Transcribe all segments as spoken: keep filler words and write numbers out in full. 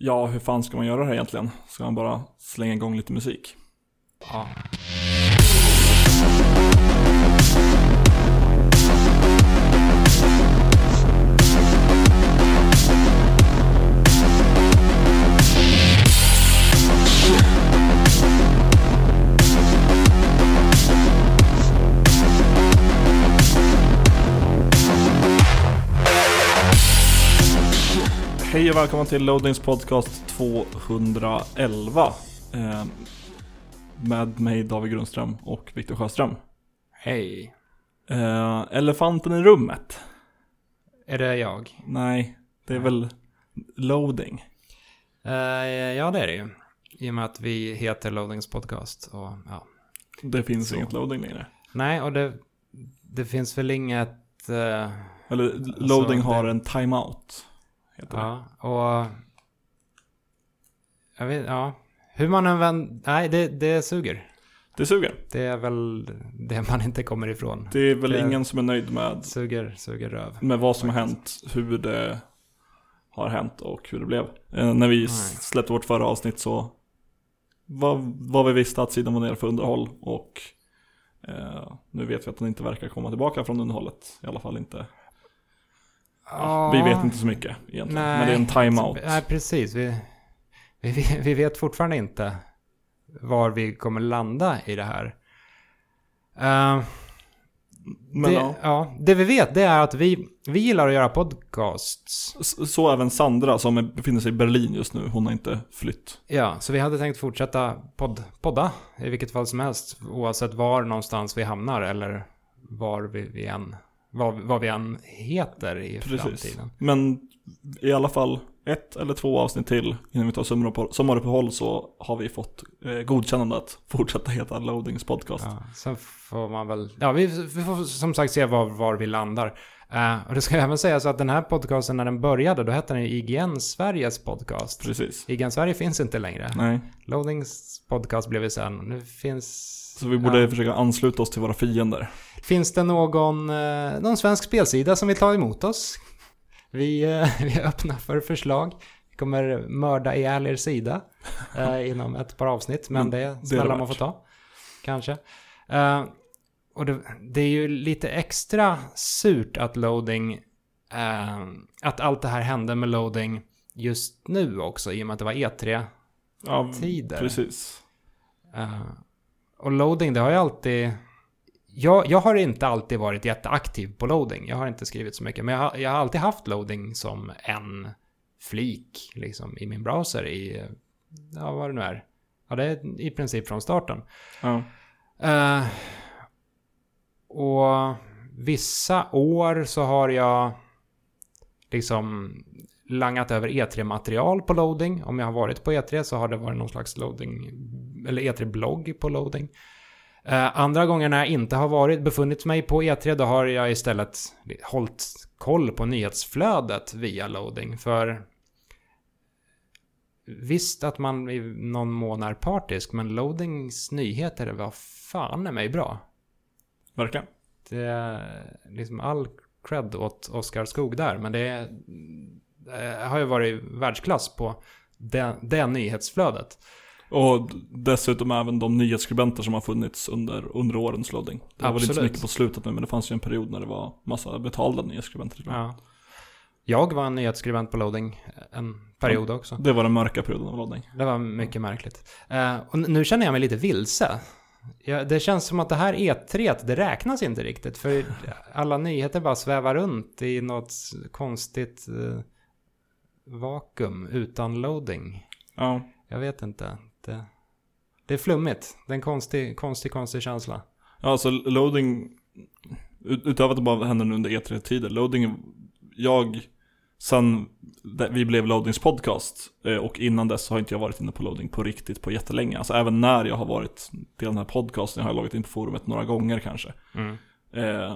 Ja, hur fan ska man göra det här egentligen? Ska man bara slänga igång lite musik? Ja. Hej och välkommen till Loadings podcast tvåhundraelva eh, med mig David Grundström och Viktor Sjöström. Hej. eh, Elefanten i rummet. Är det jag? Nej, det är väl Loading. Uh, ja, det är det ju. I och med att vi heter Loadings podcast. Och, ja. Det finns Så. inget Loading längre. Nej, och det, det finns väl inget... Uh, Eller Loading alltså, har det... en timeout. Ja, och... Jag vet, ja. Hur man använder... Nej, det, det suger. Det suger. Det är väl det man inte kommer ifrån. Det är väl det ingen som är nöjd med Suger, suger röv. Med vad som har hänt, hur det har hänt och hur det blev. eh, När vi Nej. släppte vårt förra avsnitt så var, var vi visste att sidan var nere för underhåll. Och eh, nu vet vi att den inte verkar komma tillbaka från underhållet. I alla fall inte. Ja, vi vet inte så mycket egentligen. Nej, men det är en timeout. Nej, precis. Vi, vi, vi vet fortfarande inte var vi kommer landa i det här. Uh, Men det, ja. ja, det vi vet det är att vi, vi gillar att göra podcasts. Så, så även Sandra som är, befinner sig i Berlin just nu. Hon har inte flytt. Ja, så vi hade tänkt fortsätta podd, podda i vilket fall som helst. Oavsett var någonstans vi hamnar eller var vi, vi än... Vad, vad vi än heter i Precis. Framtiden. Men i alla fall ett eller två avsnitt till innan vi tar sommaruppehåll så har vi fått eh, godkännande att fortsätta heta Loadings podcast. Ja, sen får man väl... Ja, vi, vi får som sagt se var, var vi landar. Uh, och det ska jag även säga så att den här podcasten när den började, då hette den I G N Sveriges podcast. Precis. I G N Sverige finns inte längre. Nej. Loadings podcast blev vi sen. Nu finns... Så vi borde ja. försöka ansluta oss till våra fiender. Finns det någon, eh, någon svensk spelsida som vill ta emot oss? Vi, eh, vi är öppna för förslag. Vi kommer mörda ihjäl er sida eh, inom ett par avsnitt. Men det är snälla man får ta. Kanske. Eh, och det, det är ju lite extra surt att Loading... Eh, att allt det här hände med Loading just nu också. I och med att det var E tre-tider. Ja, precis. Uh, och Loading, det har ju alltid... Jag, jag har inte alltid varit jätteaktiv på Loading. Jag har inte skrivit så mycket. Men jag har, jag har alltid haft Loading som en flik liksom, i min browser. I, ja, vad det nu är. Ja, det är i princip från starten. Ja. Uh, och vissa år så har jag liksom... langat över E tre-material på Loading. Om jag har varit på E tre så har det varit någon slags Loading eller E tre-blogg på Loading. Uh, andra gånger när jag inte har varit befunnit mig på E tre, då har jag istället hållit koll på nyhetsflödet via Loading. För visst att man i någon mån är partisk, men Loadings nyheter var fan är mig bra. Verkligen. Det är liksom all cred åt Oskar Skog där, men det är Jag har ju varit världsklass på det, det nyhetsflödet. Och dessutom även de nyhetsskribenter som har funnits under, under årens Loading. Det var inte så mycket på slutet nu, men det fanns ju en period när det var massa betalda nyhetsskribenter. Ja. Jag var en nyhetsskribent på Loading en period ja, också. Det var den mörka perioden av Loading. Det var mycket märkligt. Uh, och nu känner jag mig lite vilse. Ja, det känns som att det här E tre, det räknas inte riktigt. För alla nyheter bara svävar runt i något konstigt... Uh, vakuum utan Loading. Ja. Jag vet inte. Det, det är flummigt. Det är en konstig, konstig, konstig känsla. Ja, alltså Loading, utöver att det bara händer nu under E tre-tider, Loading, jag, sen vi blev Loadings podcast, och innan dess har inte jag varit inne på Loading på riktigt på jättelänge. Alltså även när jag har varit till den här podcasten, jag har loggat in på forumet några gånger kanske. Mm. Eh,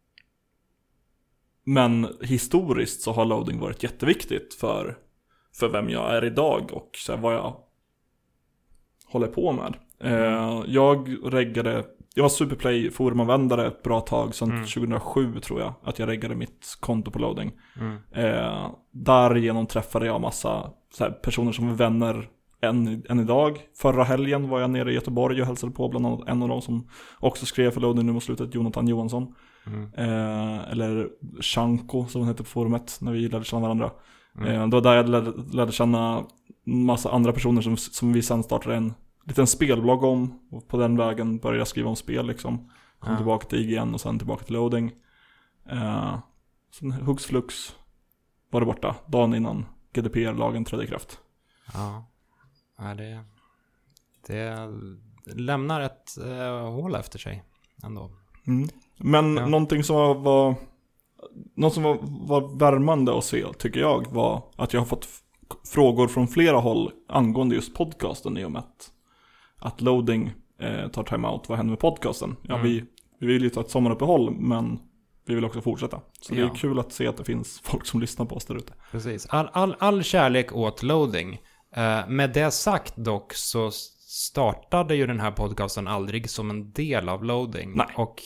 Men historiskt så har Loading varit jätteviktigt för, för vem jag är idag och så här, vad jag håller på med. Eh, jag reggade jag var Superplay-forumanvändare ett bra tag, sedan Mm. tjugohundrasju tror jag, att jag reggade mitt konto på Loading. Mm. Eh, därigenom träffade jag massa så här, personer som är vänner än, än idag. Förra helgen var jag nere i Göteborg och hälsade på bland annat en av dem som också skrev för Loading nu mot slutet, Jonathan Johansson. Mm. Eh, eller Shanko som hon heter på forumet, när vi lärde känna varandra. Mm. Eh, det var där jag lärde, lärde känna massa andra personer som, som vi sen startade en liten spelblogg om. Och på den vägen började jag skriva om spel liksom. Kom Ja. tillbaka till I G N och sen tillbaka till Loading. Eh, sen hux flux var det borta dagen innan G D P R-lagen trädde i kraft. Ja, ja det, det lämnar ett eh, hål efter sig ändå. Mm. Men Ja. någonting som var, var något som var, var värmande att se, tycker jag, var att jag har fått f- frågor från flera håll angående just podcasten, i och med att, att Loading eh, tar timeout. Vad händer med podcasten? Ja, Mm. vi, vi vill ju ta ett sommaruppehåll, men vi vill också fortsätta. Så det Ja. är kul att se att det finns folk som lyssnar på oss där ute. Precis. All, all, all kärlek åt Loading. Eh, med det sagt dock så startade ju den här podcasten aldrig som en del av Loading. Nej. Och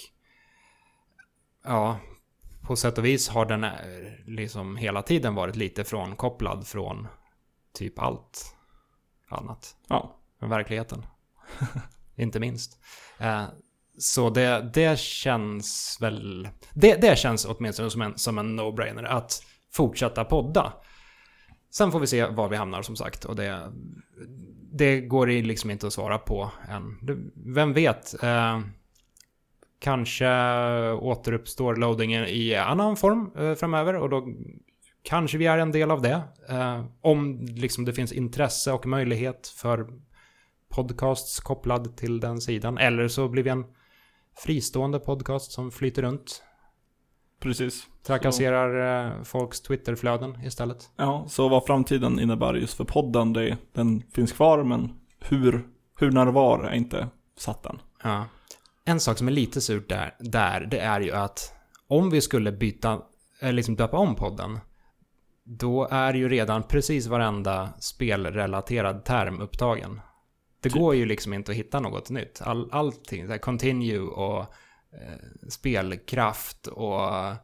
ja, på sätt och vis har den eh, liksom hela tiden varit lite frånkopplad från typ allt annat. Ja, Från verkligheten. Inte minst. Eh, så det, det känns väl... Det, det känns åtminstone som en, som en no-brainer att fortsätta podda. Sen får vi se var vi hamnar, som sagt. Och det, det går liksom inte att svara på än. Det, vem vet? Eh, kanske återuppstår Loadingen i annan form eh, framöver. Och då kanske vi är en del av det. Eh, om liksom det finns intresse och möjlighet för podcasts kopplad till den sidan. Eller så blir vi en fristående podcast som flyter runt. precis. Trakasserar eh, folks Twitterflöden istället. Ja, så vad framtiden innebär just för podden, det, den finns kvar, men hur, hur när det var är inte satt än. Ja. En sak som är lite surt där, där, det är ju att om vi skulle byta, eller liksom döpa om podden, då är ju redan precis varenda spelrelaterad term upptagen. Det Typ. går ju liksom inte att hitta något nytt. All, allting, så här, continue och eh, spelkraft och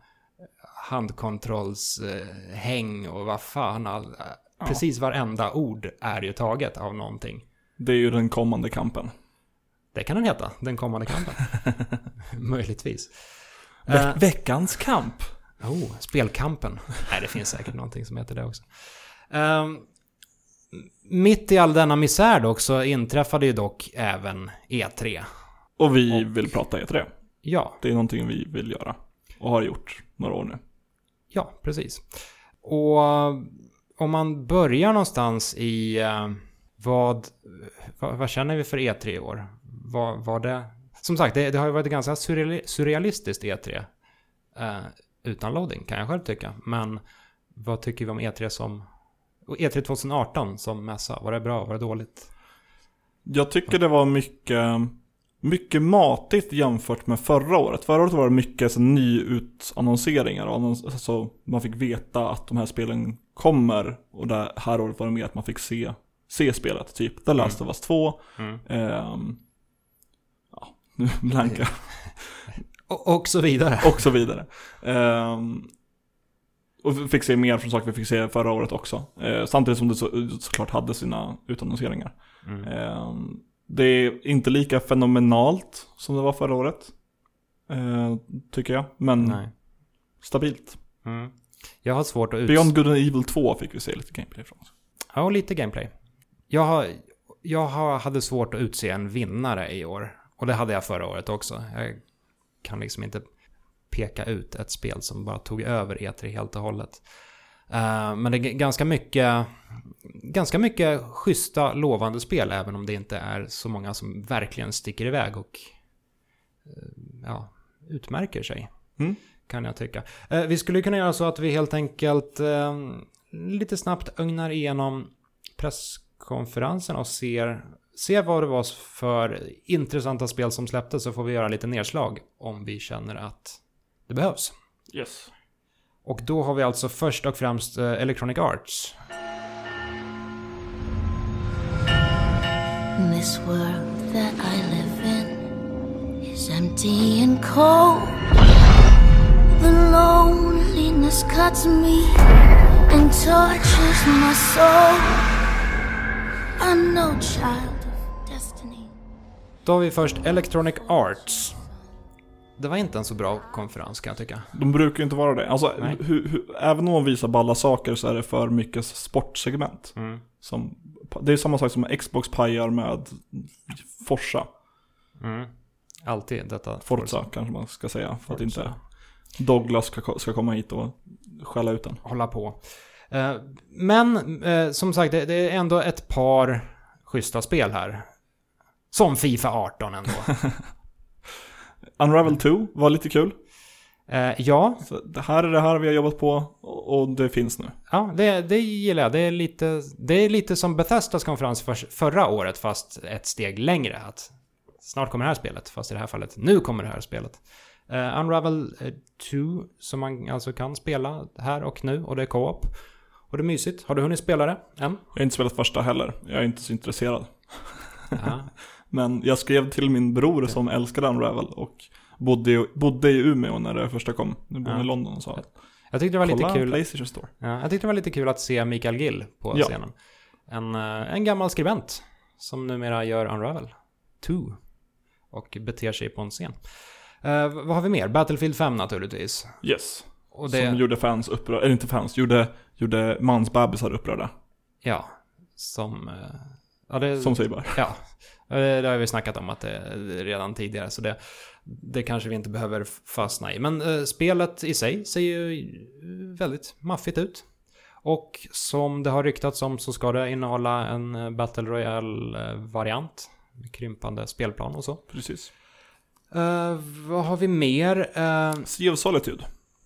handkontrollshäng eh, och vad fan. All, Ja. Precis varenda ord är ju taget av någonting. Det är ju den kommande kampen. Det kan den heta, den kommande kampen. Möjligtvis. Ve- Eh, veckans kamp. oh, spelkampen. Nej, det finns säkert någonting som heter det också. Ehm, mitt i all denna misär dock så inträffade ju dock även E tre. Och vi Och- vill prata E tre. Ja, Det är någonting vi vill göra. Och har gjort några år nu. ja, precis. Och om man börjar någonstans i eh, vad, vad, vad känner vi för E tre i år? Vad var det? Som sagt, det, det har ju varit ganska surreali- surrealistiskt E tre. Eh, utan Loading kan jag själv tycka. Men vad tycker vi om E tre som... Och E tre tjugo arton som mässa? Var det bra? Var det dåligt? Jag tycker det var mycket, mycket matigt jämfört med förra året. Förra året var det mycket så, nyutannonseringar. Och annons- alltså, man fick veta att de här spelen kommer. Och det här året var det mer att man fick se, se spelet. Typ The Last of Us två. Mm. Ehm, ja, nu blanka. Och, och så vidare. Och så vidare. Ehm, och vi fick se mer från saker vi fick se förra året också. Ehm, samtidigt som det så, såklart hade sina utannonseringar. Mm. Ehm, det är inte lika fenomenalt som det var förra året. Ehm, tycker jag. Men Nej. stabilt. Mm. Jag har svårt att ut... Beyond Good and Evil två fick vi se lite gameplay från. Ja, och lite gameplay. Jag, har, jag har, hade svårt att utse en vinnare i år. Och det hade jag förra året också. Jag kan liksom inte peka ut ett spel som bara tog över E tre helt och hållet. Uh, men det är ganska mycket, ganska mycket schyssta, lovande spel. Även om det inte är så många som verkligen sticker iväg och uh, ja, utmärker sig. Mm. Kan jag tycka. Uh, vi skulle kunna göra så att vi helt enkelt uh, lite snabbt ögnar igenom presskonferensen och ser, ser vad det var för intressanta spel som släpptes, så får vi göra lite nedslag om vi känner att det behövs. Yes. Och då har vi alltså först och främst uh, Electronic Arts. This world that I live in is empty and cold. The loneliness cuts me and tortures my soul. I'm no child of destiny. Då har vi först Electronic Arts. Det var inte en så bra konferens kan jag tycka. De brukar ju inte vara det. Alltså, hu, hu, även om de visar balla saker så är det för mycket sportsegment. Mm. Som, det är samma sak som Xbox pajar med Forza. Mm. Alltid detta. Forza, Forza kanske man ska säga. För Forza. Att inte Douglas ska, ska komma hit och skälla ut den. Hålla på. Uh, men uh, som sagt, det, det är ändå ett par schyssta spel här. Som FIFA arton ändå. Unravel två var lite kul. Uh, ja. Så det här är det här vi har jobbat på och det finns nu. Ja, det, det gillar jag. Det är, lite, det är lite som Bethesdas konferens för, förra året fast ett steg längre. Att snart kommer det här spelet, fast i det här fallet nu kommer det här spelet. Uh, Unravel två som man alltså kan spela här och nu och det är co-op. Och det är mysigt. Har du hunnit spela det än? Jag har inte spelat första heller. Jag är inte så intresserad. Ja. Men jag skrev till min bror som älskade Unravel och bodde i, bodde i Umeå när det första kom. Nu bor ja. i London och sa att jag tyckte det var lite kul. PlayStation Store. Ja, jag tyckte det var lite kul att se Mikael Gill på ja. scenen. En, en gammal skribent som numera gör Unravel två och beter sig på en scen. Uh, vad har vi mer? Battlefield fem naturligtvis. Yes. Och det... Som gjorde fans upprörda. Eller inte fans, gjorde, gjorde mansbebisar upprörda. Ja. Som... Uh... Ja, det... Som säger bara. Ja. Det har vi snackat om att det är redan tidigare. Så det, det kanske vi inte behöver fastna i. Men uh, spelet i sig ser ju väldigt maffigt ut. Och som det har ryktats om så ska det innehålla en Battle Royale-variant. Krympande spelplan och så. Precis. Uh, vad har vi mer? Uh, Sea of Solitude.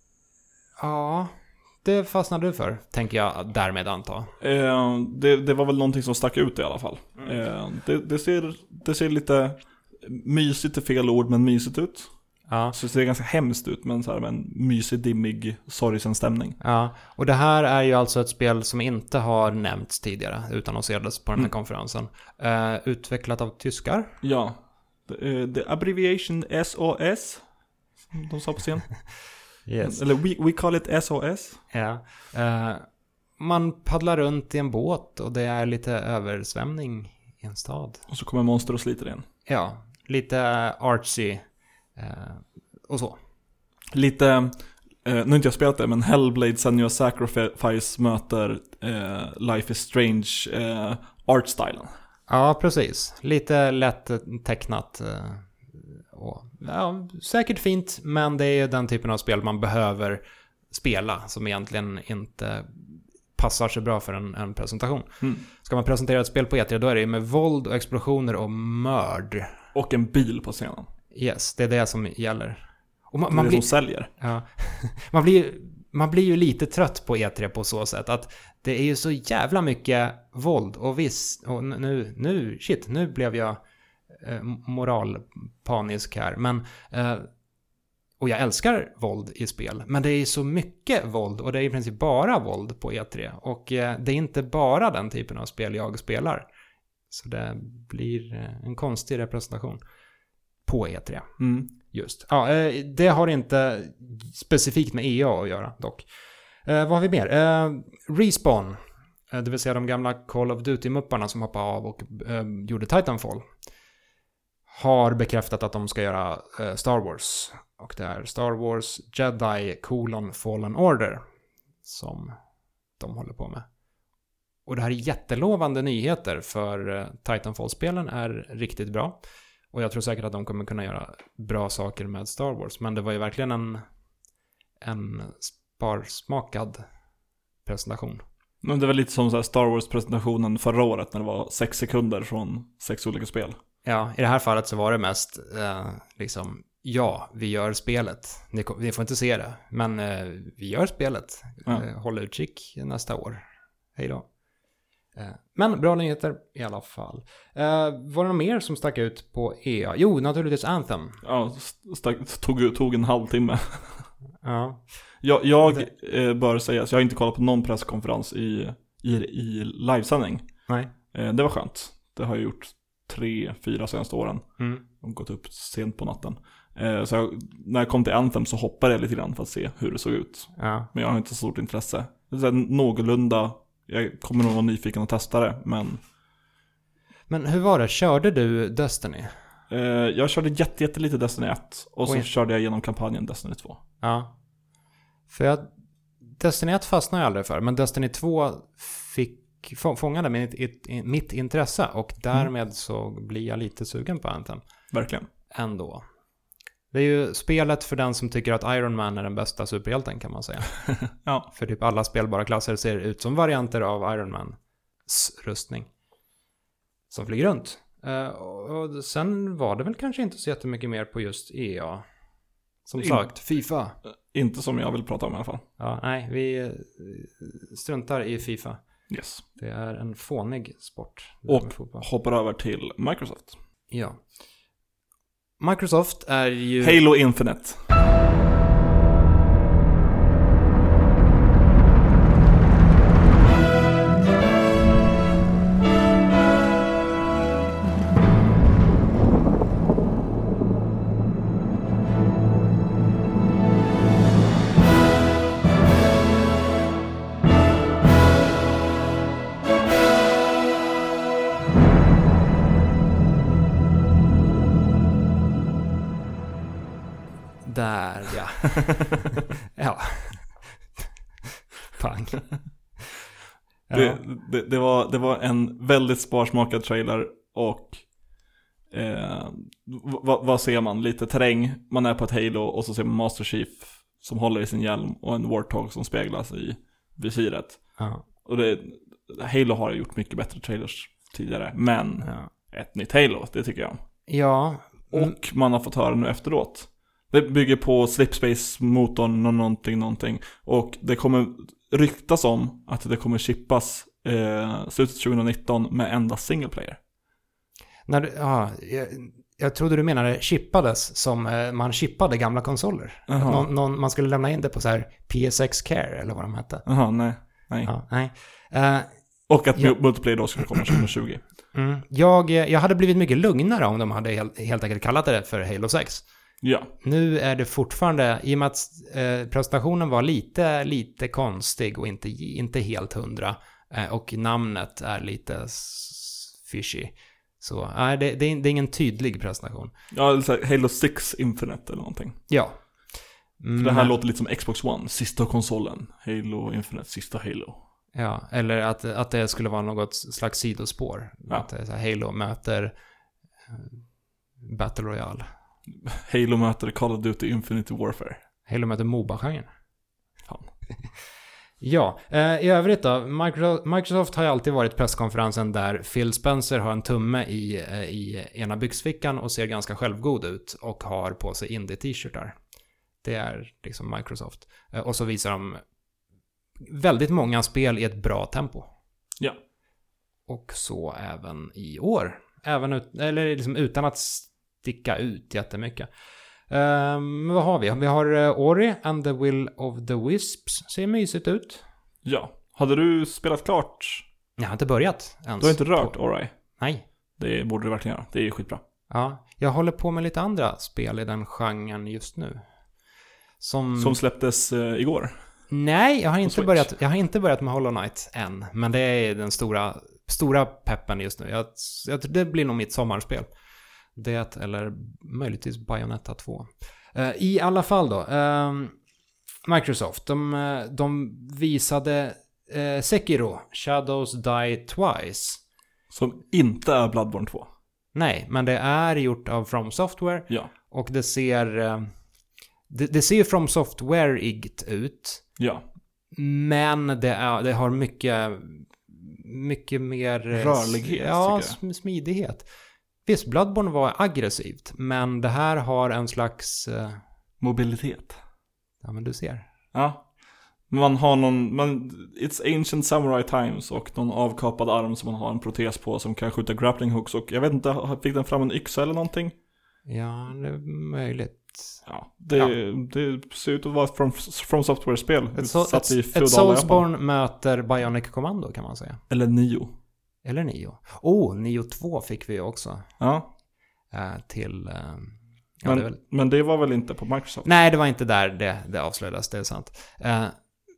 Ja, det fastnade du för, tänker jag därmed anta. Uh, det, det var väl någonting som stack ut i alla fall. Mm. Uh, det, det, ser, det ser lite mysigt, är fel ord, men mysigt ut. Ja. Så det ser ganska hemskt ut, men så här med en mysig, dimmig, sorgsen stämning. Ja, och det här är ju alltså ett spel som inte har nämnts tidigare, utan att ses på den här mm. konferensen. Uh, utvecklat av tyskar. Ja. The, the abbreviation S O S som de sa på scen. Yes. Eller we, we call it S O S. Ja. Uh, man paddlar runt i en båt och det är lite översvämning i en stad. Och så kommer monster och sliter igen. Ja, lite artsy uh, och så. Lite, uh, nu har inte jag spelat det, men Hellblade Senua's Sacrifice möter uh, Life is Strange uh, artstylen. Ja, precis. Lite lätt tecknat. Och, ja, säkert fint, men det är den typen av spel man behöver spela som egentligen inte passar så bra för en, en presentation. Mm. Ska man presentera ett spel på E tre, då är det med våld och explosioner och mörd. Och en bil på scenen. Yes, det är det som gäller. Och man, det är man det blir, som säljer. Ja, man, blir, man blir ju lite trött på E tre på så sätt att det är ju så jävla mycket våld och visst, och nu, nu, shit, nu blev jag eh, moralpanisk här, men eh, och jag älskar våld i spel, men det är så mycket våld och det är i princip bara våld på E tre och eh, det är inte bara den typen av spel jag spelar, så det blir eh, en konstig representation på E tre. Mm. Just. Ja, eh, det har inte specifikt med E A att göra dock. Eh, vad har vi mer? Eh, Respawn, eh, det vill säga de gamla Call of Duty-mupparna som hoppade av och eh, gjorde Titanfall, har bekräftat att de ska göra eh, Star Wars. Och det är Star Wars Jedi colon Fallen Order som de håller på med. Och det här är jättelovande nyheter, för eh, Titanfall-spelen är riktigt bra. Och jag tror säkert att de kommer kunna göra bra saker med Star Wars. Men det var ju verkligen en, en sparsmakad presentation. Men det var lite som så här Star Wars-presentationen förra året när det var sex sekunder från sex olika spel. Ja, i det här fallet så var det mest eh, liksom, ja, vi gör spelet. Ni, ni får inte se det, men eh, vi gör spelet. Ja. Eh, håll utkik nästa år. Hej då. Eh, men bra nyheter i alla fall. Eh, var det något mer som stack ut på E A? Jo, naturligtvis Anthem. Ja, stack, tog, tog en halvtimme. Ja. Jag, jag eh, bör säga, så jag har inte kollat på någon presskonferens i, i, i livesändning. Nej. Eh, det var skönt. Det har jag gjort tre, fyra senaste åren. Mm. De har gått upp sent på natten. Eh, så jag, när jag kom till Anthem så hoppade jag lite grann för att se hur det såg ut. Ja. Men jag har inte så stort intresse. Det är så här, någorlunda, jag kommer nog vara nyfiken att testa det, men... Men hur var det? Körde du Destiny? Eh, jag körde jätte, jätte lite Destiny ett. Och så Oj. körde jag igenom kampanjen Destiny två. Ja. För jag... Destiny ett fastnade jag aldrig för. Men Destiny två fick... fångade mitt, it, mitt intresse. Och därmed mm. så blir jag lite sugen på Anthem. Verkligen. Ändå. Det är ju spelet för den som tycker att Iron Man är den bästa superhjälten, kan man säga. Ja. För typ alla spelbara klasser ser ut som varianter av Iron Mans rustning. Som flyger runt. Uh, och sen var det väl kanske inte så jättemycket mer på just E A. Som In, sagt, FIFA. Inte som jag vill prata om i alla fall. Ja, nej, vi struntar i FIFA. Yes. Det är en fånig sport. Och hoppar över till Microsoft. Ja. Microsoft är ju... Halo Infinite. Där, ja. Ja. Pang. Ja. Det, det, det, var, det var en väldigt sparsmakad trailer. Och eh, v- vad ser man? Lite terräng. Man är på ett Halo och så ser man Master Chief som håller i sin hjälm och en Warthog som speglas i visiret. Ja. Och det, Halo har gjort mycket bättre trailers tidigare. Men Ja. ett nytt Halo, det tycker jag. Ja. Mm. Och man har fått höra nu efteråt. Det bygger på Slipspace-motorn och någonting, någonting. Och det kommer ryktas om att det kommer chippas eh, slutet tjugonitton med endast single player. När du, ja, jag, jag trodde du menade chippades som eh, man chippade gamla konsoler. Att någon, någon, man skulle lämna in det på så här P S X Care eller vad de hette. Jaha, nej. nej. Ja, nej. Uh, Och att ja. multiplayer då skulle komma tjugohundratjugo. Mm. Jag, jag hade blivit mycket lugnare om de hade helt, helt enkelt kallat det för Halo sex. Ja. Nu är det fortfarande, i och med att eh, presentationen var lite, lite konstig och inte, inte helt hundra. Eh, och namnet är lite s- fishy. Så eh, det, det, är, det är ingen tydlig presentation. Ja, eller så här, Halo sex Infinite eller någonting. Ja. För det här låter lite som Xbox One, sista konsolen. Halo Infinite, sista Halo. Ja, eller att, att det skulle vara något slags sidospår. Ja. Att det är så här, Halo möter eh, Battle Royale. Halo möter Call of Duty Infinite Warfare. Halo möter MOBA-genren. Fan. Ja, eh, i övrigt då. Microsoft, Microsoft har ju alltid varit presskonferensen där Phil Spencer har en tumme i, eh, i ena byxfickan och ser ganska självgod ut och har på sig indie-t-shirtar. Det är liksom Microsoft. Eh, och så visar de väldigt många spel i ett bra tempo. Ja. Och så även i år. Även ut, eller liksom utan att sticka ut jättemycket. Um, vad har vi? Vi har uh, Ori and the Will of the Wisps. Ser mysigt ut. Ja. Hade du spelat klart? Jag har inte börjat ens. Du har inte rört på... Ori? Nej. Det borde du verkligen göra. Det är skitbra. Ja, jag håller på med lite andra spel i den genren just nu. Som, Som släpptes uh, igår. Nej, jag har, inte Switch. börjat, jag har inte börjat med Hollow Knight än. Men det är den stora, stora peppen just nu. Jag, jag, det blir nog mitt sommarspel. Det eller möjligtvis Bayonetta två. Uh, I alla fall då. Uh, Microsoft, de, de visade uh, Sekiro, Shadows Die Twice. Som inte är Bloodborne två. Nej, men det är gjort av From Software. Ja. Och det ser... Uh, det, det ser From Software-igt ut. Ja. Men det, är, det har mycket... Mycket mer... Rörlighet, Ja, tycker jag. smidighet. Visst, Bloodborne var aggressivt, men det här har en slags... Uh... Mobilitet. Ja, men du ser. Ja. Man har någon... Man, it's ancient samurai times och någon avkapad arm som man har en protes på som kan skjuta grappling hooks. Och jag vet inte, fick den fram en yxa eller någonting? Ja, det är möjligt. Ja, det, Ja. det ser ut att vara från from Software-spel. Ett, so- Satt i ett, feudala ett Soulsborne möter Bionic Commando, kan man säga. Eller Nio. Eller nio. Oh, nio två fick vi ju också. Ja. Uh, till... Uh, ja, men, det väl... men det var väl inte på Microsoft? Nej, det var inte där det, det avslöjades, det är sant. Uh,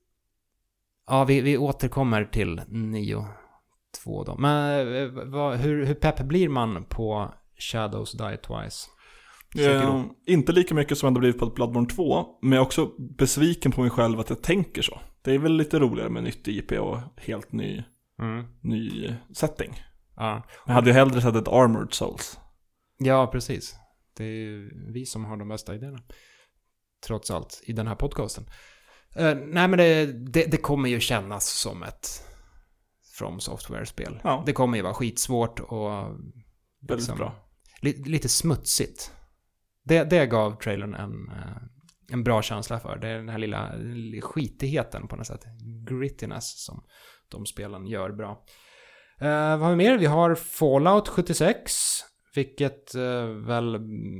ja, vi, vi återkommer till nio två då. Men uh, vad, hur, hur pepp blir man på Shadows Die Twice? Eh, inte lika mycket som jag hade blivit på Bloodborne två, men jag är också besviken på mig själv att jag tänker så. Det är väl lite roligare med nytt I P och helt ny, mm. ny setting. Ja. Jag hade ju hellre sett ett Armored Souls. Ja, precis. Det är ju vi som har de bästa idéerna. Trots allt, i den här podcasten. Uh, nej, men det, det, det kommer ju kännas som ett From Software-spel. Ja. Det kommer ju vara skitsvårt och... Väldigt liksom, bra. Li, lite smutsigt. Det, det gav trailern en, en bra känsla för. Det är den här lilla skitigheten på något sätt. Grittiness som de spelen gör bra. Uh, vad har vi mer? Vi har Fallout sjuttiosex. Vilket uh, väl...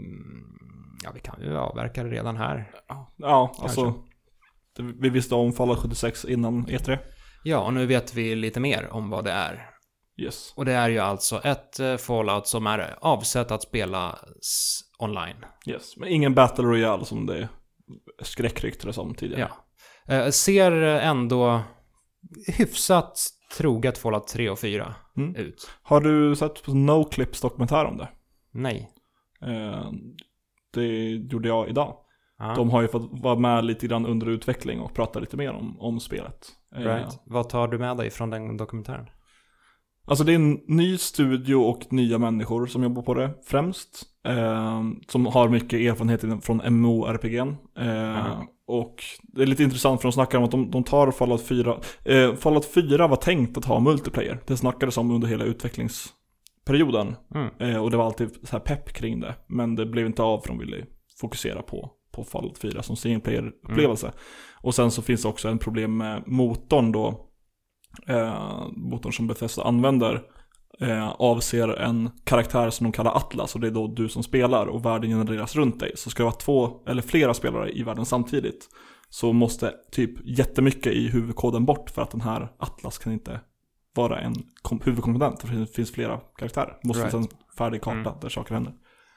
Ja, vi kan ju avverka det redan här. Ja, alltså... Vi visste om Fallout sjuttiosex innan E tre. Ja, och nu vet vi lite mer om vad det är. Yes. Och det är ju alltså ett uh, Fallout som är avsett att spela online. Yes, men ingen Battle Royale som det skräckryktades som tidigare. Ja. Uh, ser ändå hyfsat troget Fallout tre och fyra mm. ut. Har du sett på NoClips dokumentär om det? Nej. Uh, det gjorde jag idag. Ah. De har ju fått vara med lite grann under utveckling och prata lite mer om, om spelet. Right. Uh, Vad tar du med dig från den dokumentären? Alltså det är en ny studio och nya människor som jobbar på det främst. Eh, som har mycket erfarenhet från M M O R P G:n. Eh, mm. Och det är lite intressant för de snackar om att de, de tar Fallout fyra. Eh, Fallout fyra var tänkt att ha multiplayer. Det snackades om under hela utvecklingsperioden. Mm. Eh, och det var alltid så här pepp kring det. Men det blev inte av för de ville fokusera på, på Fallout fyra som single player-upplevelse. Mm. Och sen så finns det också en problem med motorn då. Eh, motorn som Bethesda använder eh, avser en karaktär som de kallar Atlas, och det är då du som spelar och världen genereras runt dig. Så ska det vara två eller flera spelare i världen samtidigt, så måste typ jättemycket i huvudkoden bort för att den här Atlas kan inte vara en kom- huvudkomponent. För det finns flera karaktärer. Det måste right. finnas en färdig karta mm. där saker händer.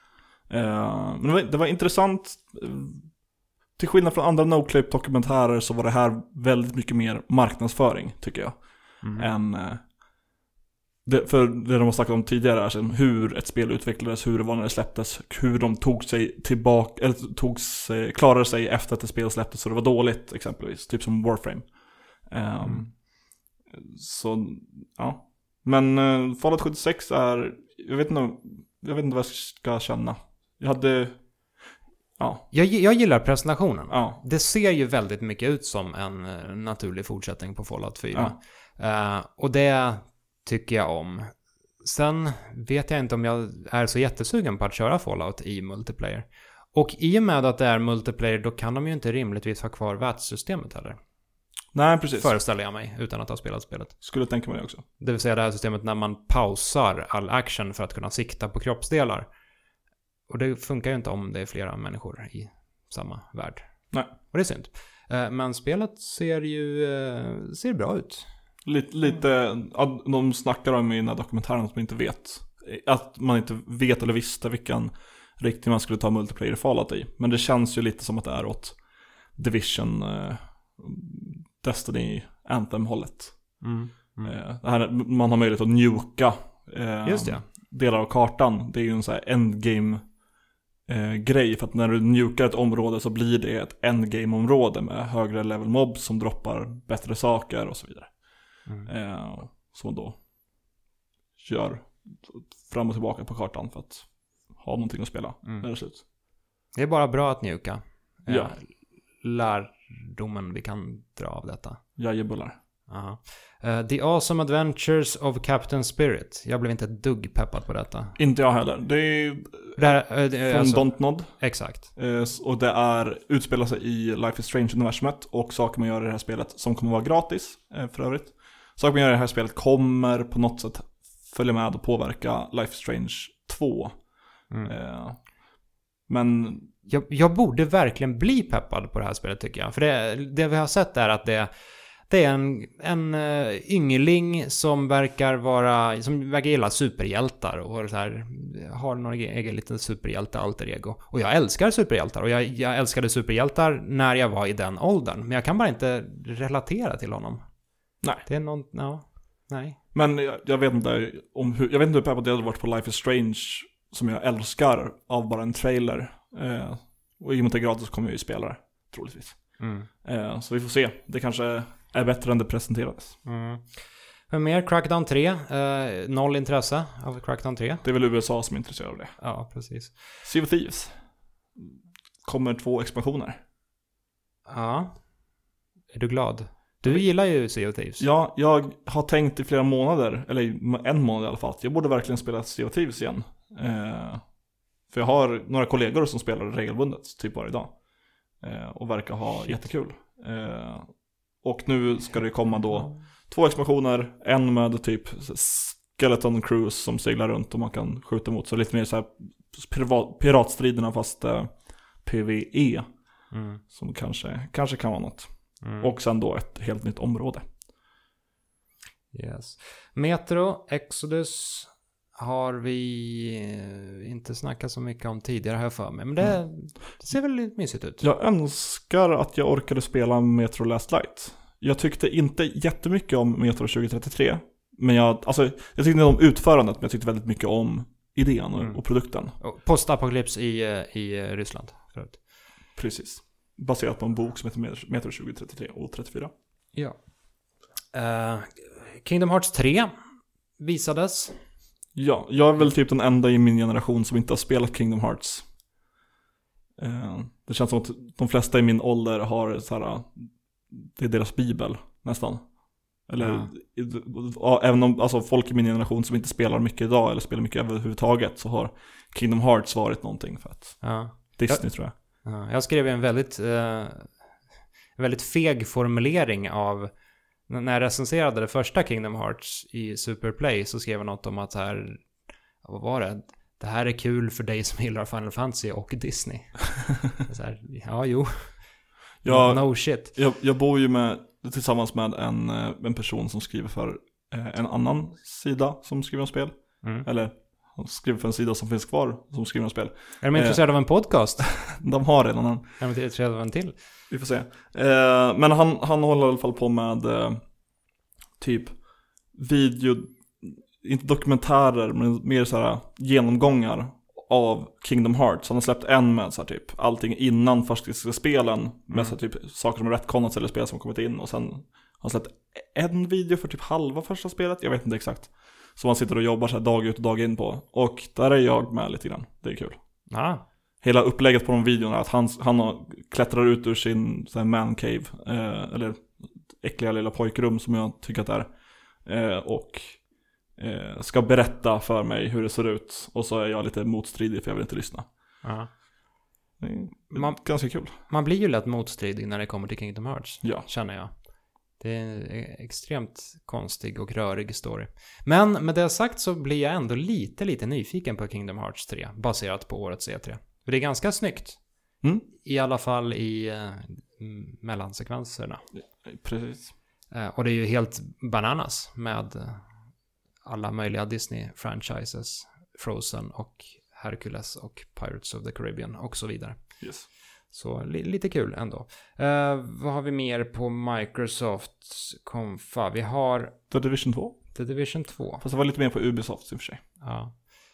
Eh, men det var, det var intressant. Till skillnad från andra NoClip-dokumentärer så var det här väldigt mycket mer marknadsföring, tycker jag. Mm. Än, det, för det de har snackat om tidigare är hur ett spel utvecklades, hur det var när det släpptes, hur de tog sig tillbaka, eller tog sig, klarade sig efter att ett spel släpptes så det var dåligt, exempelvis. Typ som Warframe. Um, mm. Så, ja. Men uh, Fallout sjuttiosex är, jag vet inte, jag vet inte vad jag ska känna. Jag hade... Ja. Jag, jag gillar presentationen. Ja. Det ser ju väldigt mycket ut som en naturlig fortsättning på Fallout fyra. Ja. Uh, och det tycker jag om. Sen vet jag inte om jag är så jättesugen på att köra Fallout i multiplayer. Och i och med att det är multiplayer, då kan de ju inte rimligtvis ha kvar V A T-systemet heller. Nej, precis. Föreställer jag mig, utan att ha spelat spelet. Skulle tänka mig det också. Det vill säga det här systemet när man pausar all action för att kunna sikta på kroppsdelar. Och det funkar ju inte om det är flera människor i samma värld. Nej. Och det är synd. Men spelet ser ju ser bra ut. Lite, lite de snackar om i den här dokumentären att man inte vet. Att man inte vet eller visste vilken riktning man skulle ta multiplayer Fallout i. Men det känns ju lite som att det är åt Division, Destiny, Anthem-hållet. Mm. Mm. Det här, man har möjlighet att njuka Just det. delar av kartan. Det är ju en sån här endgame Eh, grej, för att när du njukar ett område så blir det ett endgame-område med högre level mobs som droppar bättre saker och så vidare. Mm. Eh, som då gör fram och tillbaka på kartan för att ha någonting att spela mm. när det är slut. Det är bara bra att njuka. Ja. Eh, lärdomen vi kan dra av detta. Jajebullar. Uh, The Awesome Adventures of Captain Spirit. Jag blev inte ett dugg peppad på detta. Inte jag heller. Det är, det är, uh, det är från alltså, Dontnod. Exakt. uh, Och det är utspelar sig i Life is Strange-universumet. Och saker man gör i det här spelet som kommer vara gratis uh, för övrigt. Saker man gör i det här spelet kommer på något sätt följa med och påverka Life is Strange två. mm. uh, Men jag, jag borde verkligen bli peppad på det här spelet, tycker jag. För det, det vi har sett är att det Det är en, en uh, yngling som verkar vara, som verkar gilla superhjältar och så här, har någon egen liten superhjälte alter ego. Och jag älskar superhjältar och jag, jag älskade superhjältar när jag var i den åldern. Men jag kan bara inte relatera till honom. Nej. Det är någon, ja, nej. Men jag, jag vet inte om hur, jag vet inte hur peppad jag hade varit på Life is Strange som jag älskar av bara en trailer. Eh, och i och med att det är gratis kommer jag ju spela det, troligtvis. Mm. Eh, så vi får se. Det kanske är bättre än det presenterades. Mm. Men mer Crackdown tre. Eh, noll intresse av Crackdown tre. Det är väl U S A som är intresserad av det. Ja, precis. Sea of Thieves. Kommer två expansioner. Ja. Är du glad? Du gillar ju Sea of Thieves. Ja, jag har tänkt i flera månader, eller en månad i alla fall, att jag borde verkligen spela Sea of Thieves igen. Eh, för jag har några kollegor som spelar regelbundet, typ varje dag. Eh, och verkar ha jättekul. Eh, och nu ska det komma då två expansioner, en med typ Skeleton Cruise som seglar runt och man kan skjuta mot. Så lite mer så här privat, piratstriderna fast eh, PvE. Mm. Som kanske, kanske kan vara något. Mm. Och sen då ett helt nytt område. Yes. Metro Exodus har vi inte snackat så mycket om tidigare här för mig. Men det, mm. det ser väl lite mysigt ut. Jag önskar att jag orkade spela Metro Last Light. Jag tyckte inte jättemycket om Metro tjugo trettiotre. Men jag, alltså, jag tyckte inte om utförandet, men jag tyckte väldigt mycket om idén och, mm. och produkten. Postapokalyps i, i Ryssland förut. Precis. Baserat på en bok som heter Metro tjugo trettiotre och trettiofyra. Ja. Uh, Kingdom Hearts tre visades. Ja, jag är väl typ den enda i min generation som inte har spelat Kingdom Hearts. Uh, det känns som att de flesta i min ålder har så här, det är deras bibel nästan. Eller mm. ja, även om alltså, folk i min generation som inte spelar mycket idag eller spelar mycket överhuvudtaget, så har Kingdom Hearts varit någonting för att ja. Disney jag, tror jag. Ja, jag skrev en väldigt eh, väldigt feg formulering av när jag recenserade det första Kingdom Hearts i Superplay, så skrev jag något om att här, vad var det? Det här är kul för dig som gillar Final Fantasy och Disney. Så här, ja, jo. Jag, no shit. Jag, jag bor ju med, tillsammans med en, en person som skriver för en annan sida som skriver om spel. Mm. Eller han skriver för en sida som finns kvar som skriver om spel. Är de intresserade eh, av en podcast? De har redan en. Är de intresserade av en till? Vi får se. Eh, men han, han håller i alla fall på med eh, typ video, inte dokumentärer, men mer så här genomgångar av Kingdom Hearts. Han har släppt en med så här typ allting innan faktiska spelen med mm. så här typ saker som är rättkonats eller spel som kommit in, och sen har han släppt en video för typ halva första spelet, jag vet inte exakt, som han sitter och jobbar så här dag ut och dag in på, och där är jag med lite grann. Det är kul. Ah. Hela upplägget på de videorna är att han, han klättrar ut ur sin så här man cave eh, eller äckliga lilla pojkrum som jag tycker att det är, eh, och eh, ska berätta för mig hur det ser ut, och så är jag lite motstridig för jag vill inte lyssna. Uh-huh. Det är man, ganska kul. Man blir ju lätt motstridig när det kommer till Kingdom Hearts, ja. Känner jag. Det är en extremt konstig och rörig story. Men med det sagt så blir jag ändå lite, lite nyfiken på Kingdom Hearts tre, baserat på årets E tre. För det är ganska snyggt. Mm. I alla fall i eh, mellansekvenserna. Precis. Eh, och det är ju helt bananas med eh, alla möjliga Disney-franchises. Frozen och Hercules och Pirates of the Caribbean och så vidare. Yes. Så li- lite kul ändå. Eh, vad har vi mer på Microsofts konfa? Vi har The Division två. The Division två. Fast det var lite mer på Ubisoft i och för sig. Ja.